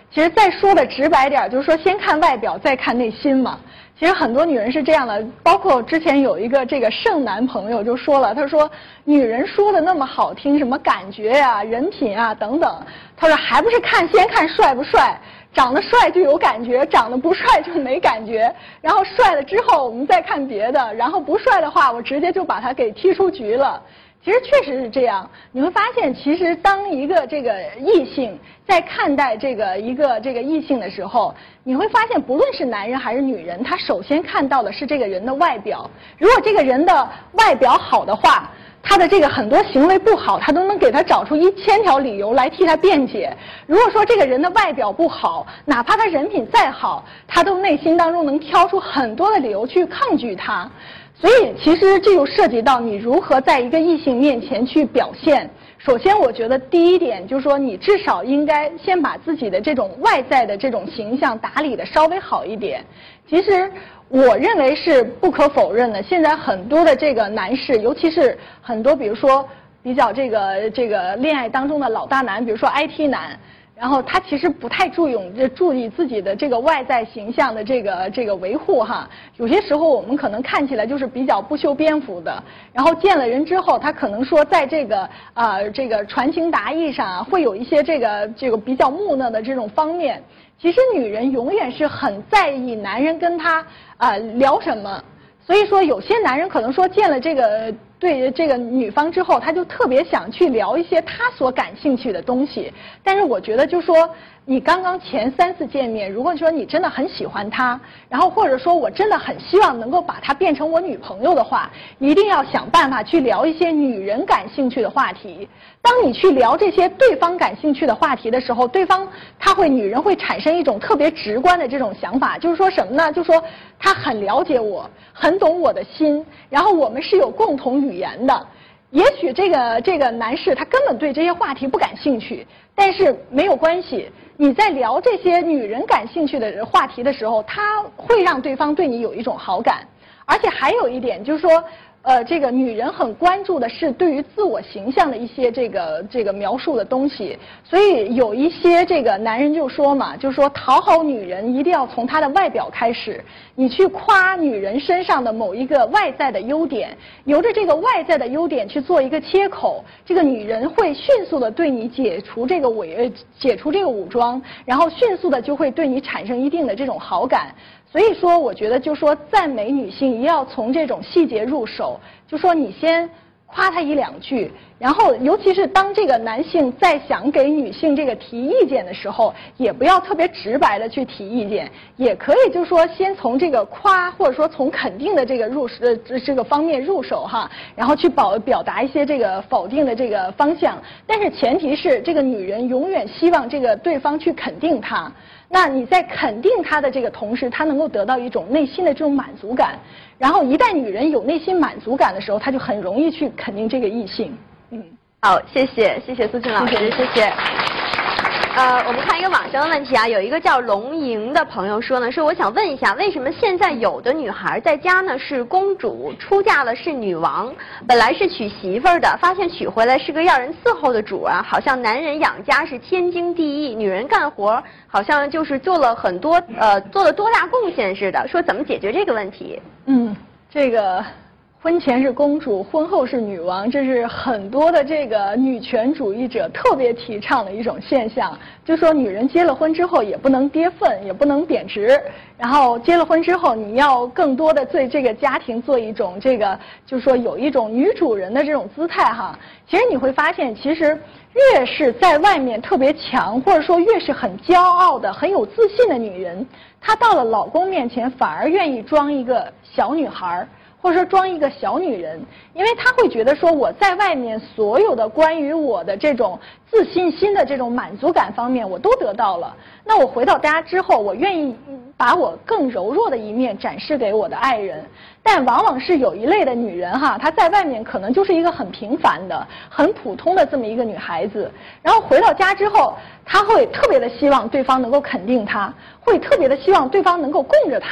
其实再说的直白点，就是说先看外表，再看内心嘛。其实很多女人是这样的，包括之前有一个这个剩男朋友就说了，他说女人说的那么好听，什么感觉呀、啊、人品啊等等，他说还不是看先看帅不帅，长得帅就有感觉，长得不帅就没感觉，然后帅了之后我们再看别的，然后不帅的话我直接就把他给踢出局了。其实确实是这样，你会发现，其实当一个这个异性在看待这个一个这个异性的时候，你会发现，不论是男人还是女人，他首先看到的是这个人的外表。如果这个人的外表好的话，他的这个很多行为不好，他都能给他找出一千条理由来替他辩解。如果说这个人的外表不好，哪怕他人品再好，他都内心当中能挑出很多的理由去抗拒他。所以其实这就涉及到你如何在一个异性面前去表现。首先我觉得第一点就是说，你至少应该先把自己的这种外在的这种形象打理的稍微好一点。其实我认为是不可否认的，现在很多的这个男士，尤其是很多比如说比较这个这个恋爱当中的老大男，比如说 I T 男，然后他其实不太注意注意自己的这个外在形象的这个这个维护哈。有些时候我们可能看起来就是比较不修边幅的，然后见了人之后，他可能说在这个啊、呃、这个传情达意上啊，会有一些这个这个比较木讷的这种方面。其实女人永远是很在意男人跟她啊、呃、聊什么，所以说有些男人可能说见了这个。对这个女方之后，他就特别想去聊一些他所感兴趣的东西。但是我觉得就说你刚刚前三次见面，如果说你真的很喜欢她，然后或者说我真的很希望能够把她变成我女朋友的话，一定要想办法去聊一些女人感兴趣的话题。当你去聊这些对方感兴趣的话题的时候，对方他会女人会产生一种特别直观的这种想法，就是说什么呢？就是说他很了解我，很懂我的心，然后我们是有共同语言的。也许这个这个男士他根本对这些话题不感兴趣，但是没有关系，你在聊这些女人感兴趣的话题的时候，他会让对方对你有一种好感。而且还有一点就是说，呃，这个女人很关注的是对于自我形象的一些这个这个描述的东西，所以有一些这个男人就说嘛，就说讨好女人一定要从她的外表开始，你去夸女人身上的某一个外在的优点，由着这个外在的优点去做一个切口，这个女人会迅速的对你解除这个伪解除这个武装，然后迅速的就会对你产生一定的这种好感。所以说我觉得就说赞美女性一定要从这种细节入手，就说你先夸她一两句，然后尤其是当这个男性在想给女性这个提意见的时候，也不要特别直白的去提意见，也可以就是说先从这个夸或者说从肯定的这个入呃这个方面入手哈，然后去表表达一些这个否定的这个方向，但是前提是这个女人永远希望这个对方去肯定她。那你在肯定她的这个同时，她能够得到一种内心的这种满足感，然后一旦女人有内心满足感的时候，她就很容易去肯定这个异性。嗯， 好，谢谢，谢谢苏青老师，谢谢。谢谢呃，我们看一个网上的问题啊，有一个叫龙莹的朋友说呢，说我想问一下，为什么现在有的女孩在家呢是公主，出嫁了是女王，本来是娶媳妇儿的，发现娶回来是个要人伺候的主啊，好像男人养家是天经地义，女人干活好像就是做了很多呃做了多大贡献似的，说怎么解决这个问题？ 嗯，这个。婚前是公主，婚后是女王，这是很多的这个女权主义者特别提倡的一种现象。就说女人结了婚之后也不能跌份，也不能贬值，然后结了婚之后你要更多的对这个家庭做一种这个，就是说有一种女主人的这种姿态哈。其实你会发现，其实越是在外面特别强，或者说越是很骄傲的、很有自信的女人，她到了老公面前反而愿意装一个小女孩。或者说装一个小女人，因为她会觉得说我在外面所有的关于我的这种自信心的这种满足感方面我都得到了，那我回到家之后，我愿意把我更柔弱的一面展示给我的爱人。但往往是有一类的女人哈，她在外面可能就是一个很平凡的、很普通的这么一个女孩子，然后回到家之后，她会特别的希望对方能够肯定她，会特别的希望对方能够供着她。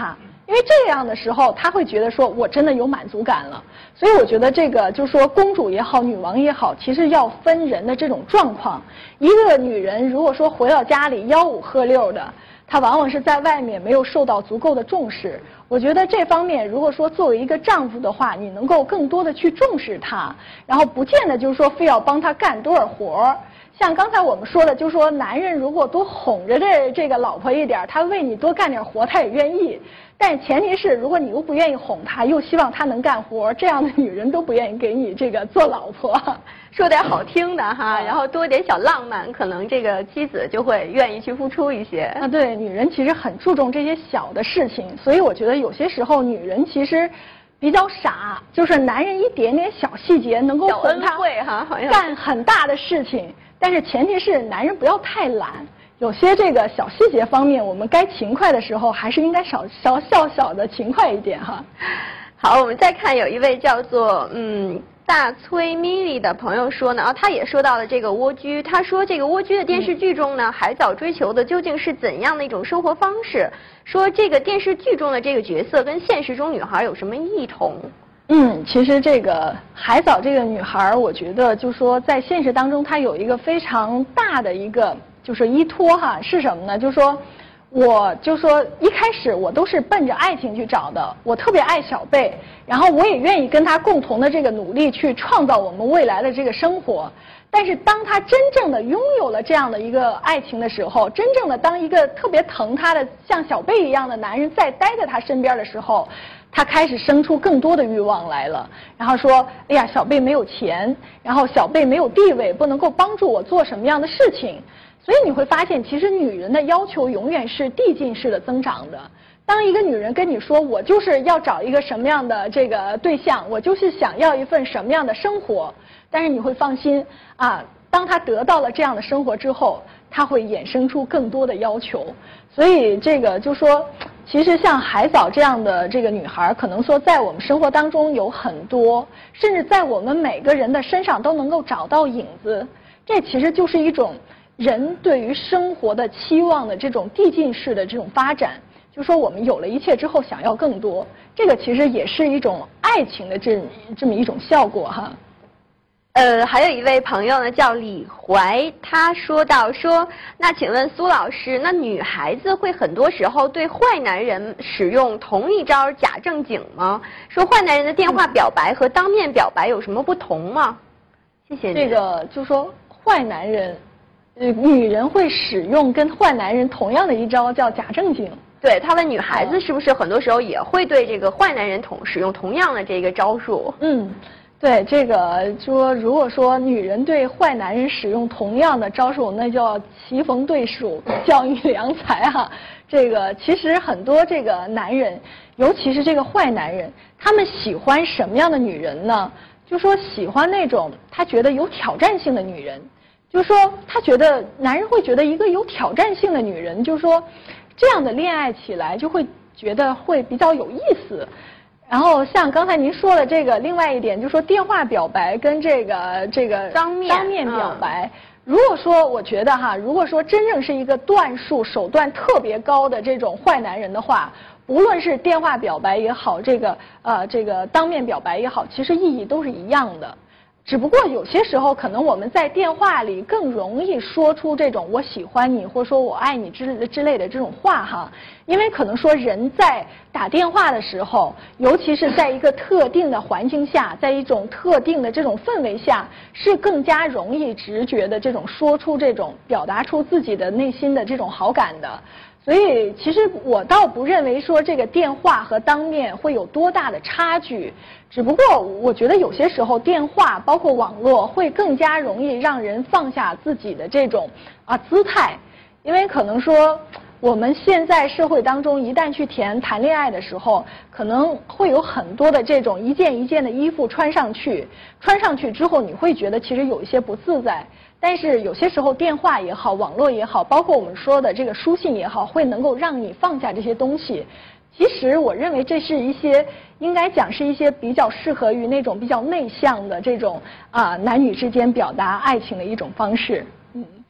因为这样的时候，他会觉得说我真的有满足感了。所以我觉得这个就是说，公主也好，女王也好，其实要分人的这种状况。一个女人如果说回到家里吆五喝六的，她往往是在外面没有受到足够的重视。我觉得这方面，如果说作为一个丈夫的话，你能够更多的去重视她，然后不见得就是说非要帮她干多少活儿。像刚才我们说的，就是说男人如果多哄着这这个老婆一点，他为你多干点活，他也愿意。但前提是，如果你又不愿意哄他，又希望他能干活，这样的女人都不愿意给你这个做老婆。 说点好听的哈，然后多点小浪漫，可能这个妻子就会愿意去付出一些。 啊，对，女人其实很注重这些小的事情，所以我觉得有些时候女人其实比较傻，就是男人一点点小细节能够哄她干很大的事情。但是前提是男人不要太懒，有些这个小细节方面，我们该勤快的时候，还是应该少小小小的勤快一点哈。 好，我们再看有一位叫做嗯大崔咪咪的朋友说呢，啊，他也说到了这个蜗居，他说这个蜗居的电视剧中呢，海藻追求的究竟是怎样的一种生活方式？说这个电视剧中的这个角色跟现实中女孩有什么异同？ 嗯，其实这个海藻这个女孩，我觉得就说在现实当中，她有一个非常大的一个就是依托哈，是什么呢？就是说，我就说一开始我都是奔着爱情去找的，我特别爱小贝，然后我也愿意跟他共同的这个努力去创造我们未来的这个生活。但是当他真正的拥有了这样的一个爱情的时候，真正的当一个特别疼他的像小贝一样的男人再待在他身边的时候，他开始生出更多的欲望来了，然后说，哎呀，小贝没有钱，然后小贝没有地位，不能够帮助我做什么样的事情。所以你会发现，其实女人的要求永远是递进式的增长的。当一个女人跟你说，我就是要找一个什么样的这个对象，我就是想要一份什么样的生活，但是你会放心啊，当她得到了这样的生活之后，她会衍生出更多的要求。所以这个就说，其实像海藻这样的这个女孩，可能说在我们生活当中有很多，甚至在我们每个人的身上都能够找到影子。这其实就是一种人对于生活的期望的这种递进式的这种发展，就是说我们有了一切之后想要更多，这个其实也是一种爱情的这这么一种效果哈。 呃，还有一位朋友呢叫李怀，他说到说，那请问苏老师，那女孩子会很多时候对坏男人使用同一招假正经吗？说坏男人的电话表白和当面表白有什么不同吗？谢谢你。 这个就说坏男人。呃，女人会使用跟坏男人同样的一招叫假正经。 对，他问女孩子是不是很多时候也会对这个坏男人同使用同样的这个招数？ 嗯，对，这个说如果说女人对坏男人使用同样的招数，那叫棋逢对手，教育良才哈。这个其实很多这个男人，尤其是这个坏男人，他们喜欢什么样的女人呢？就说喜欢那种他觉得有挑战性的女人。就是说，他觉得男人会觉得一个有挑战性的女人，就是说，这样的恋爱起来就会觉得会比较有意思。然后像刚才您说的这个，另外一点就是说电话表白跟这个这个当面当面表白。嗯，如果说我觉得哈，如果说真正是一个段数手段特别高的这种坏男人的话，无论是电话表白也好，这个呃这个当面表白也好，其实意义都是一样的。只不过有些时候，可能我们在电话里更容易说出这种“我喜欢你”或者说我爱你之之类的这种话哈，因为可能说人在打电话的时候，尤其是在一个特定的环境下，在一种特定的这种氛围下，是更加容易直觉的这种说出这种表达出自己的内心的这种好感的。所以其实我倒不认为说这个电话和当面会有多大的差距，只不过我觉得有些时候电话包括网络会更加容易让人放下自己的这种啊姿态，因为可能说我们现在社会当中一旦去谈谈恋爱的时候，可能会有很多的这种一件一件的衣服穿上去，穿上去之后你会觉得其实有一些不自在。但是有些时候电话也好，网络也好，包括我们说的这个书信也好，会能够让你放下这些东西。其实我认为这是一些应该讲是一些比较适合于那种比较内向的这种啊男女之间表达爱情的一种方式。嗯。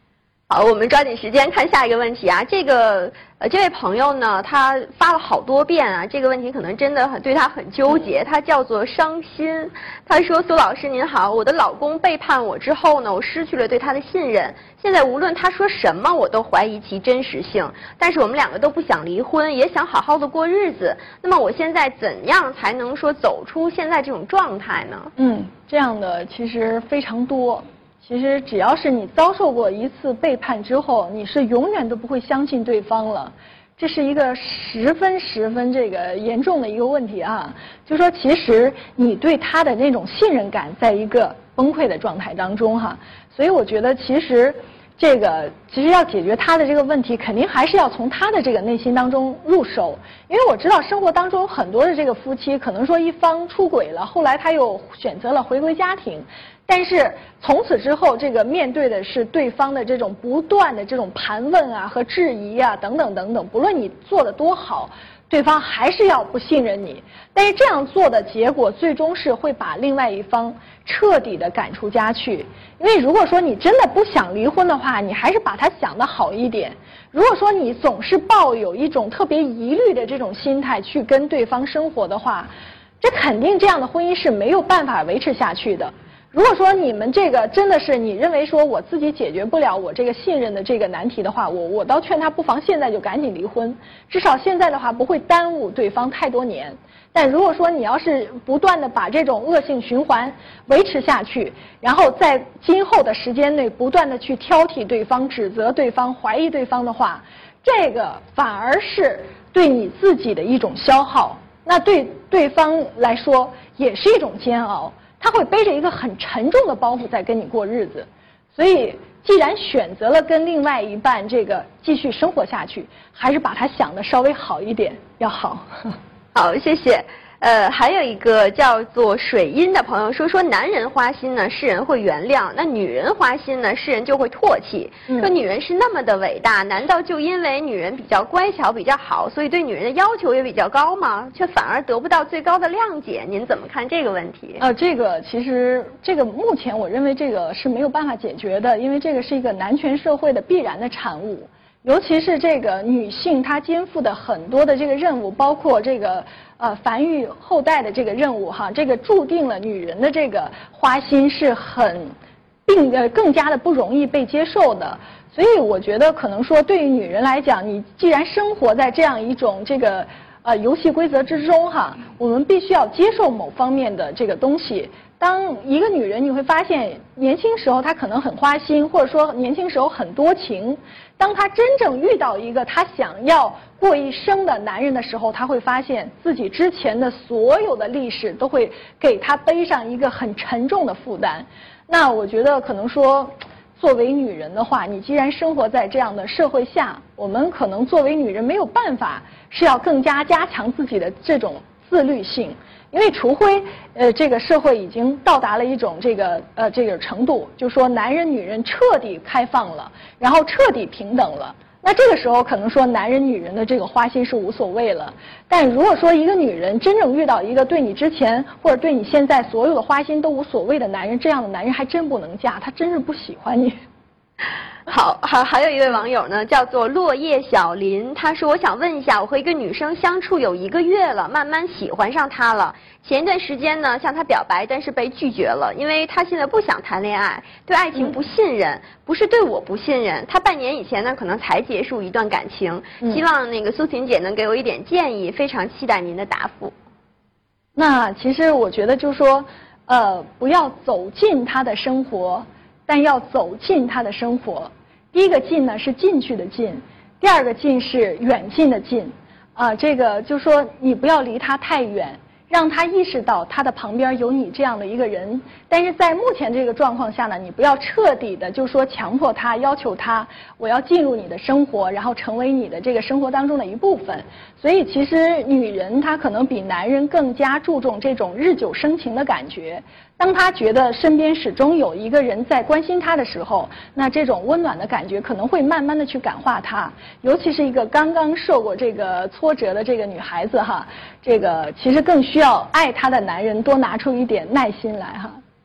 好，我们抓紧时间看下一个问题啊。这个呃，这位朋友呢，他发了好多遍啊，这个问题可能真的很对他很纠结。他叫做伤心，他说：“苏老师您好，我的老公背叛我之后呢，我失去了对他的信任。现在无论他说什么，我都怀疑其真实性。但是我们两个都不想离婚，也想好好的过日子。那么我现在怎样才能说走出现在这种状态呢？” 嗯，这样的其实非常多。其实只要是你遭受过一次背叛之后，你是永远都不会相信对方了。这是一个十分十分这个严重的一个问题啊。就说其实你对他的那种信任感在一个崩溃的状态当中哈。所以我觉得其实这个其实要解决他的这个问题，肯定还是要从他的这个内心当中入手。因为我知道生活当中有很多的这个夫妻，可能说一方出轨了，后来他又选择了回归家庭。但是从此之后，这个面对的是对方的这种不断的这种盘问啊和质疑啊等等等等，不论你做得多好，对方还是要不信任你。但是这样做的结果，最终是会把另外一方彻底的赶出家去。因为如果说你真的不想离婚的话，你还是把它想得好一点。如果说你总是抱有一种特别疑虑的这种心态去跟对方生活的话，这肯定这样的婚姻是没有办法维持下去的。如果说你们这个真的是你认为说我自己解决不了我这个信任的这个难题的话，我我倒劝他不妨现在就赶紧离婚，至少现在的话不会耽误对方太多年。但如果说你要是不断的把这种恶性循环维持下去，然后在今后的时间内不断的去挑剔对方、指责对方、怀疑对方的话，这个反而是对你自己的一种消耗，那对对方来说也是一种煎熬。他会背着一个很沉重的包袱在跟你过日子，所以既然选择了跟另外一半这个继续生活下去，还是把它想得稍微好一点要好。 好，谢谢。呃，还有一个叫做水音的朋友说，说男人花心呢，世人会原谅；那女人花心呢，世人就会唾弃。嗯、说女人是那么的伟大，难道就因为女人比较乖巧、比较好，所以对女人的要求也比较高吗？却反而得不到最高的谅解？您怎么看这个问题？ 呃，这个其实这个目前我认为这个是没有办法解决的，因为这个是一个男权社会的必然的产物。尤其是这个女性，她肩负的很多的这个任务，包括这个呃繁育后代的这个任务哈，这个注定了女人的这个花心是很并呃更加的不容易被接受的。所以我觉得可能说对于女人来讲，你既然生活在这样一种这个呃游戏规则之中哈，我们必须要接受某方面的这个东西。当一个女人你会发现年轻时候她可能很花心，或者说年轻时候很多情，当她真正遇到一个她想要过一生的男人的时候，她会发现自己之前的所有的历史都会给她背上一个很沉重的负担。那我觉得可能说作为女人的话，你既然生活在这样的社会下，我们可能作为女人没有办法，是要更加加强自己的这种自律性。因为除非呃这个社会已经到达了一种这个呃这个程度，就说男人女人彻底开放了，然后彻底平等了，那这个时候可能说男人女人的这个花心是无所谓了。但如果说一个女人真正遇到一个对你之前或者对你现在所有的花心都无所谓的男人，这样的男人还真不能嫁，他真是不喜欢你。 好，还还有一位网友呢，叫做落叶小林，他说：“我想问一下，我和一个女生相处有一个月了，慢慢喜欢上她了。前一段时间呢，向她表白，但是被拒绝了，因为她现在不想谈恋爱，对爱情不信任，不是对我不信任。她半年以前呢，可能才结束一段感情，希望那个苏婷姐能给我一点建议，非常期待您的答复。” 那其实我觉得就是说，呃，不要走进她的生活，但要走进她的生活。第一个进呢是进去的进，第二个进是远近的近，啊、呃，这个就说你不要离他太远，让他意识到他的旁边有你这样的一个人。但是在目前这个状况下呢，你不要彻底的就说强迫他，要求他我要进入你的生活，然后成为你的这个生活当中的一部分。所以其实女人她可能比男人更加注重这种日久生情的感觉。当他觉得身边始终有一个人在关心他的时候，那这种温暖的感觉可能会慢慢的去感化他。尤其是一个刚刚受过这个挫折的这个女孩子哈，这个其实更需要爱她的男人多拿出一点耐心来哈。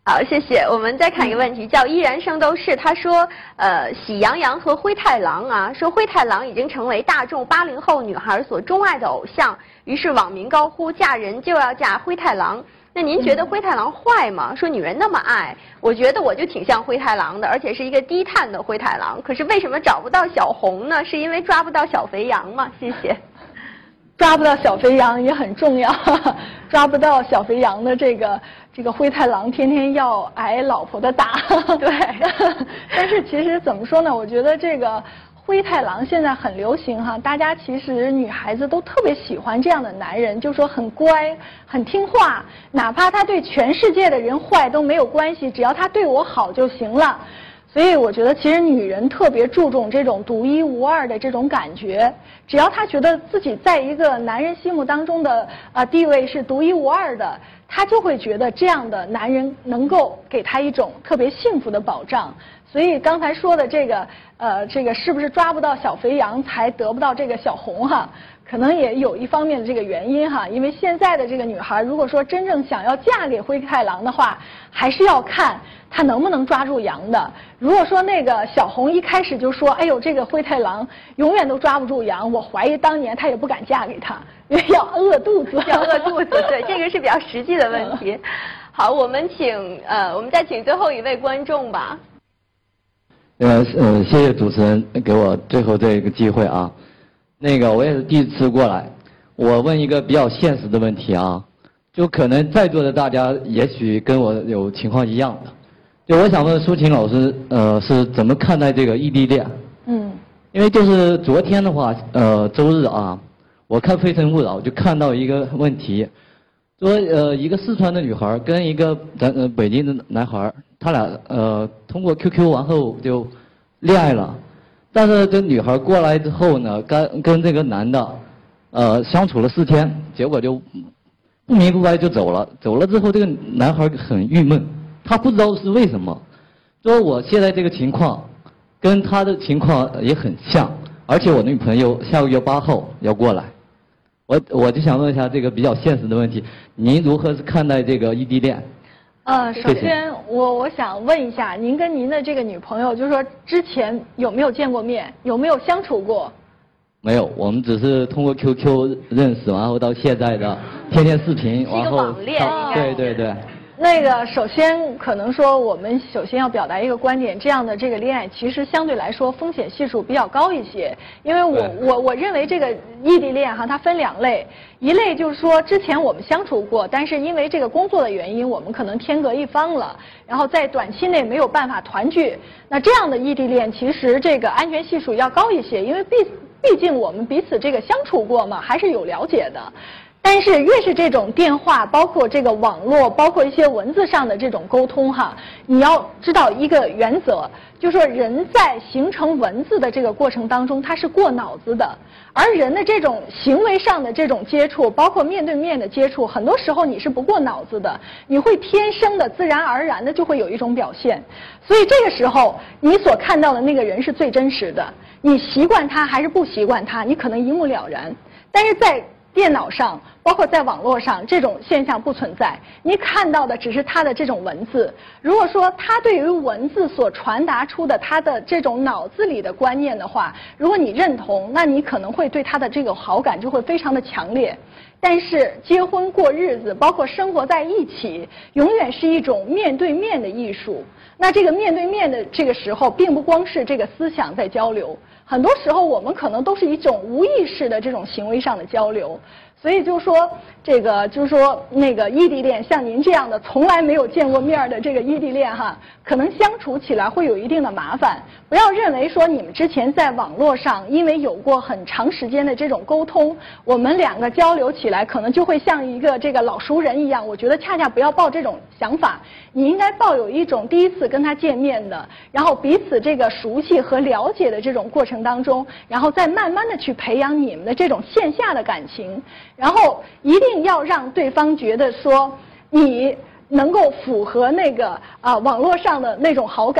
好，谢谢。我们再看一个问题，叫依然圣斗士，他说，呃，喜羊羊和灰太狼啊，说灰太狼已经成为大众八零后女孩所钟爱的偶像，于是网民高呼嫁人就要嫁灰太狼。那您觉得灰太狼坏吗？说女人那么爱，我觉得我就挺像灰太狼的，而且是一个低碳的灰太狼。可是为什么找不到小红呢？是因为抓不到小肥羊吗？谢谢。 抓不到小肥羊也很重要，抓不到小肥羊的这个这个灰太狼天天要挨老婆的打，对。但是其实怎么说呢？我觉得这个灰太狼现在很流行哈，大家其实女孩子都特别喜欢这样的男人，就说很乖、很听话，哪怕他对全世界的人坏都没有关系，只要他对我好就行了。所以我觉得，其实女人特别注重这种独一无二的这种感觉。只要她觉得自己在一个男人心目当中的呃地位是独一无二的，她就会觉得这样的男人能够给她一种特别幸福的保障。所以刚才说的这个呃这个是不是抓不到小肥羊才得不到这个小红哈？可能也有一方面的这个原因哈，因为现在的这个女孩，如果说真正想要嫁给灰太狼的话，还是要看她能不能抓住羊的。如果说那个小红一开始就说，哎呦，这个灰太狼永远都抓不住羊，我怀疑当年她也不敢嫁给他，因为要饿肚子， 要饿肚子。对，这个是比较实际的问题。好，我们请呃，我们再请最后一位观众吧。 呃呃，谢谢主持人给我最后这个机会啊。那个我也是第一次过来，我问一个比较现实的问题啊，就可能在座的大家也许跟我有情况一样的，就我想问舒琴老师，呃，是怎么看待这个异地恋？ 嗯， 因为就是昨天的话，呃，周日啊，我看《非诚勿扰》就看到一个问题，说呃一个四川的女孩跟一个咱呃北京的男孩，他俩呃通过 Q Q 完后就恋爱了。但是这女孩过来之后呢，跟跟这个男的，呃，相处了四天，结果就不明不白就走了。走了之后，这个男孩很郁闷，他不知道是为什么。说我现在这个情况，跟他的情况也很像，而且我女朋友下个月八号要过来，我我就想问一下这个比较现实的问题，您如何是看待这个异地恋？ 呃，首先我我想问一下，您跟您的这个女朋友，就是说之前有没有见过面，有没有相处过？ 没有，我们只是通过 Q Q 认识，然后到现在的天天视频，然后网恋， 对对对。 那个首先可能说，我们首先要表达一个观点，这样的这个恋爱其实相对来说风险系数比较高一些，因为我我我认为这个异地恋哈，它分两类，一类就是说之前我们相处过，但是因为这个工作的原因，我们可能天各一方了，然后在短期内没有办法团聚，那这样的异地恋其实这个安全系数要高一些，因为毕毕竟我们彼此这个相处过嘛，还是有了解的。但是越是这种电话，包括这个网络，包括一些文字上的这种沟通哈，你要知道一个原则，就是说人在形成文字的这个过程当中，他是过脑子的，而人的这种行为上的这种接触，包括面对面的接触，很多时候你是不过脑子的，你会天生的、自然而然的就会有一种表现，所以这个时候你所看到的那个人是最真实的，你习惯他还是不习惯他，你可能一目了然，但是在电脑上，包括在网络上，这种现象不存在。你看到的只是他的这种文字。如果说他对于文字所传达出的他的这种脑子里的观念的话，如果你认同，那你可能会对他的这个好感就会非常的强烈。但是结婚过日子，包括生活在一起，永远是一种面对面的艺术。那这个面对面的这个时候，并不光是这个思想在交流，很多时候我们可能都是一种无意识的这种行为上的交流。所以就说这个，就是说那个异地恋，像您这样的从来没有见过面的这个异地恋哈，可能相处起来会有一定的麻烦。不要认为说你们之前在网络上，因为有过很长时间的这种沟通，我们两个交流起来可能就会像一个这个老熟人一样。我觉得恰恰不要抱这种想法，你应该抱有一种第一次跟他见面的，然后彼此这个熟悉和了解的这种过程当中，然后再慢慢的去培养你们的这种线下的感情。然后一定要让对方觉得说你能够符合那个啊、呃、网络上的那种好感，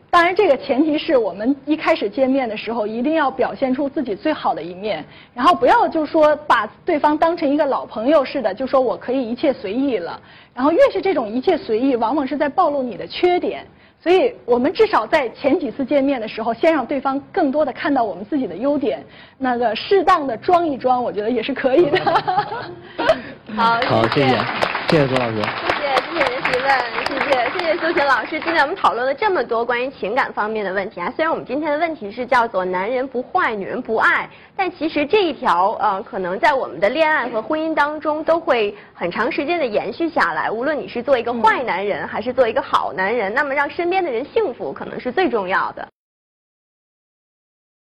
当然，这个前提是我们一开始见面的时候，一定要表现出自己最好的一面，然后不要就说把对方当成一个老朋友似的，就说我可以一切随意了。然后越是这种一切随意，往往是在暴露你的缺点。所以我们至少在前几次见面的时候，先让对方更多的看到我们自己的优点，那个适当的装一装，我觉得也是可以的。 好， 好，谢谢，谢谢苏老师。 谢谢，谢谢您的提问，谢谢，谢谢苏晴老师。今天我们讨论了这么多关于情感方面的问题啊，虽然我们今天的问题是叫做男人不坏，女人不爱，但其实这一条呃，可能在我们的恋爱和婚姻当中都会很长时间的延续下来。无论你是做一个坏男人，还是做一个好男人，那么让身边的人幸福，可能是最重要的。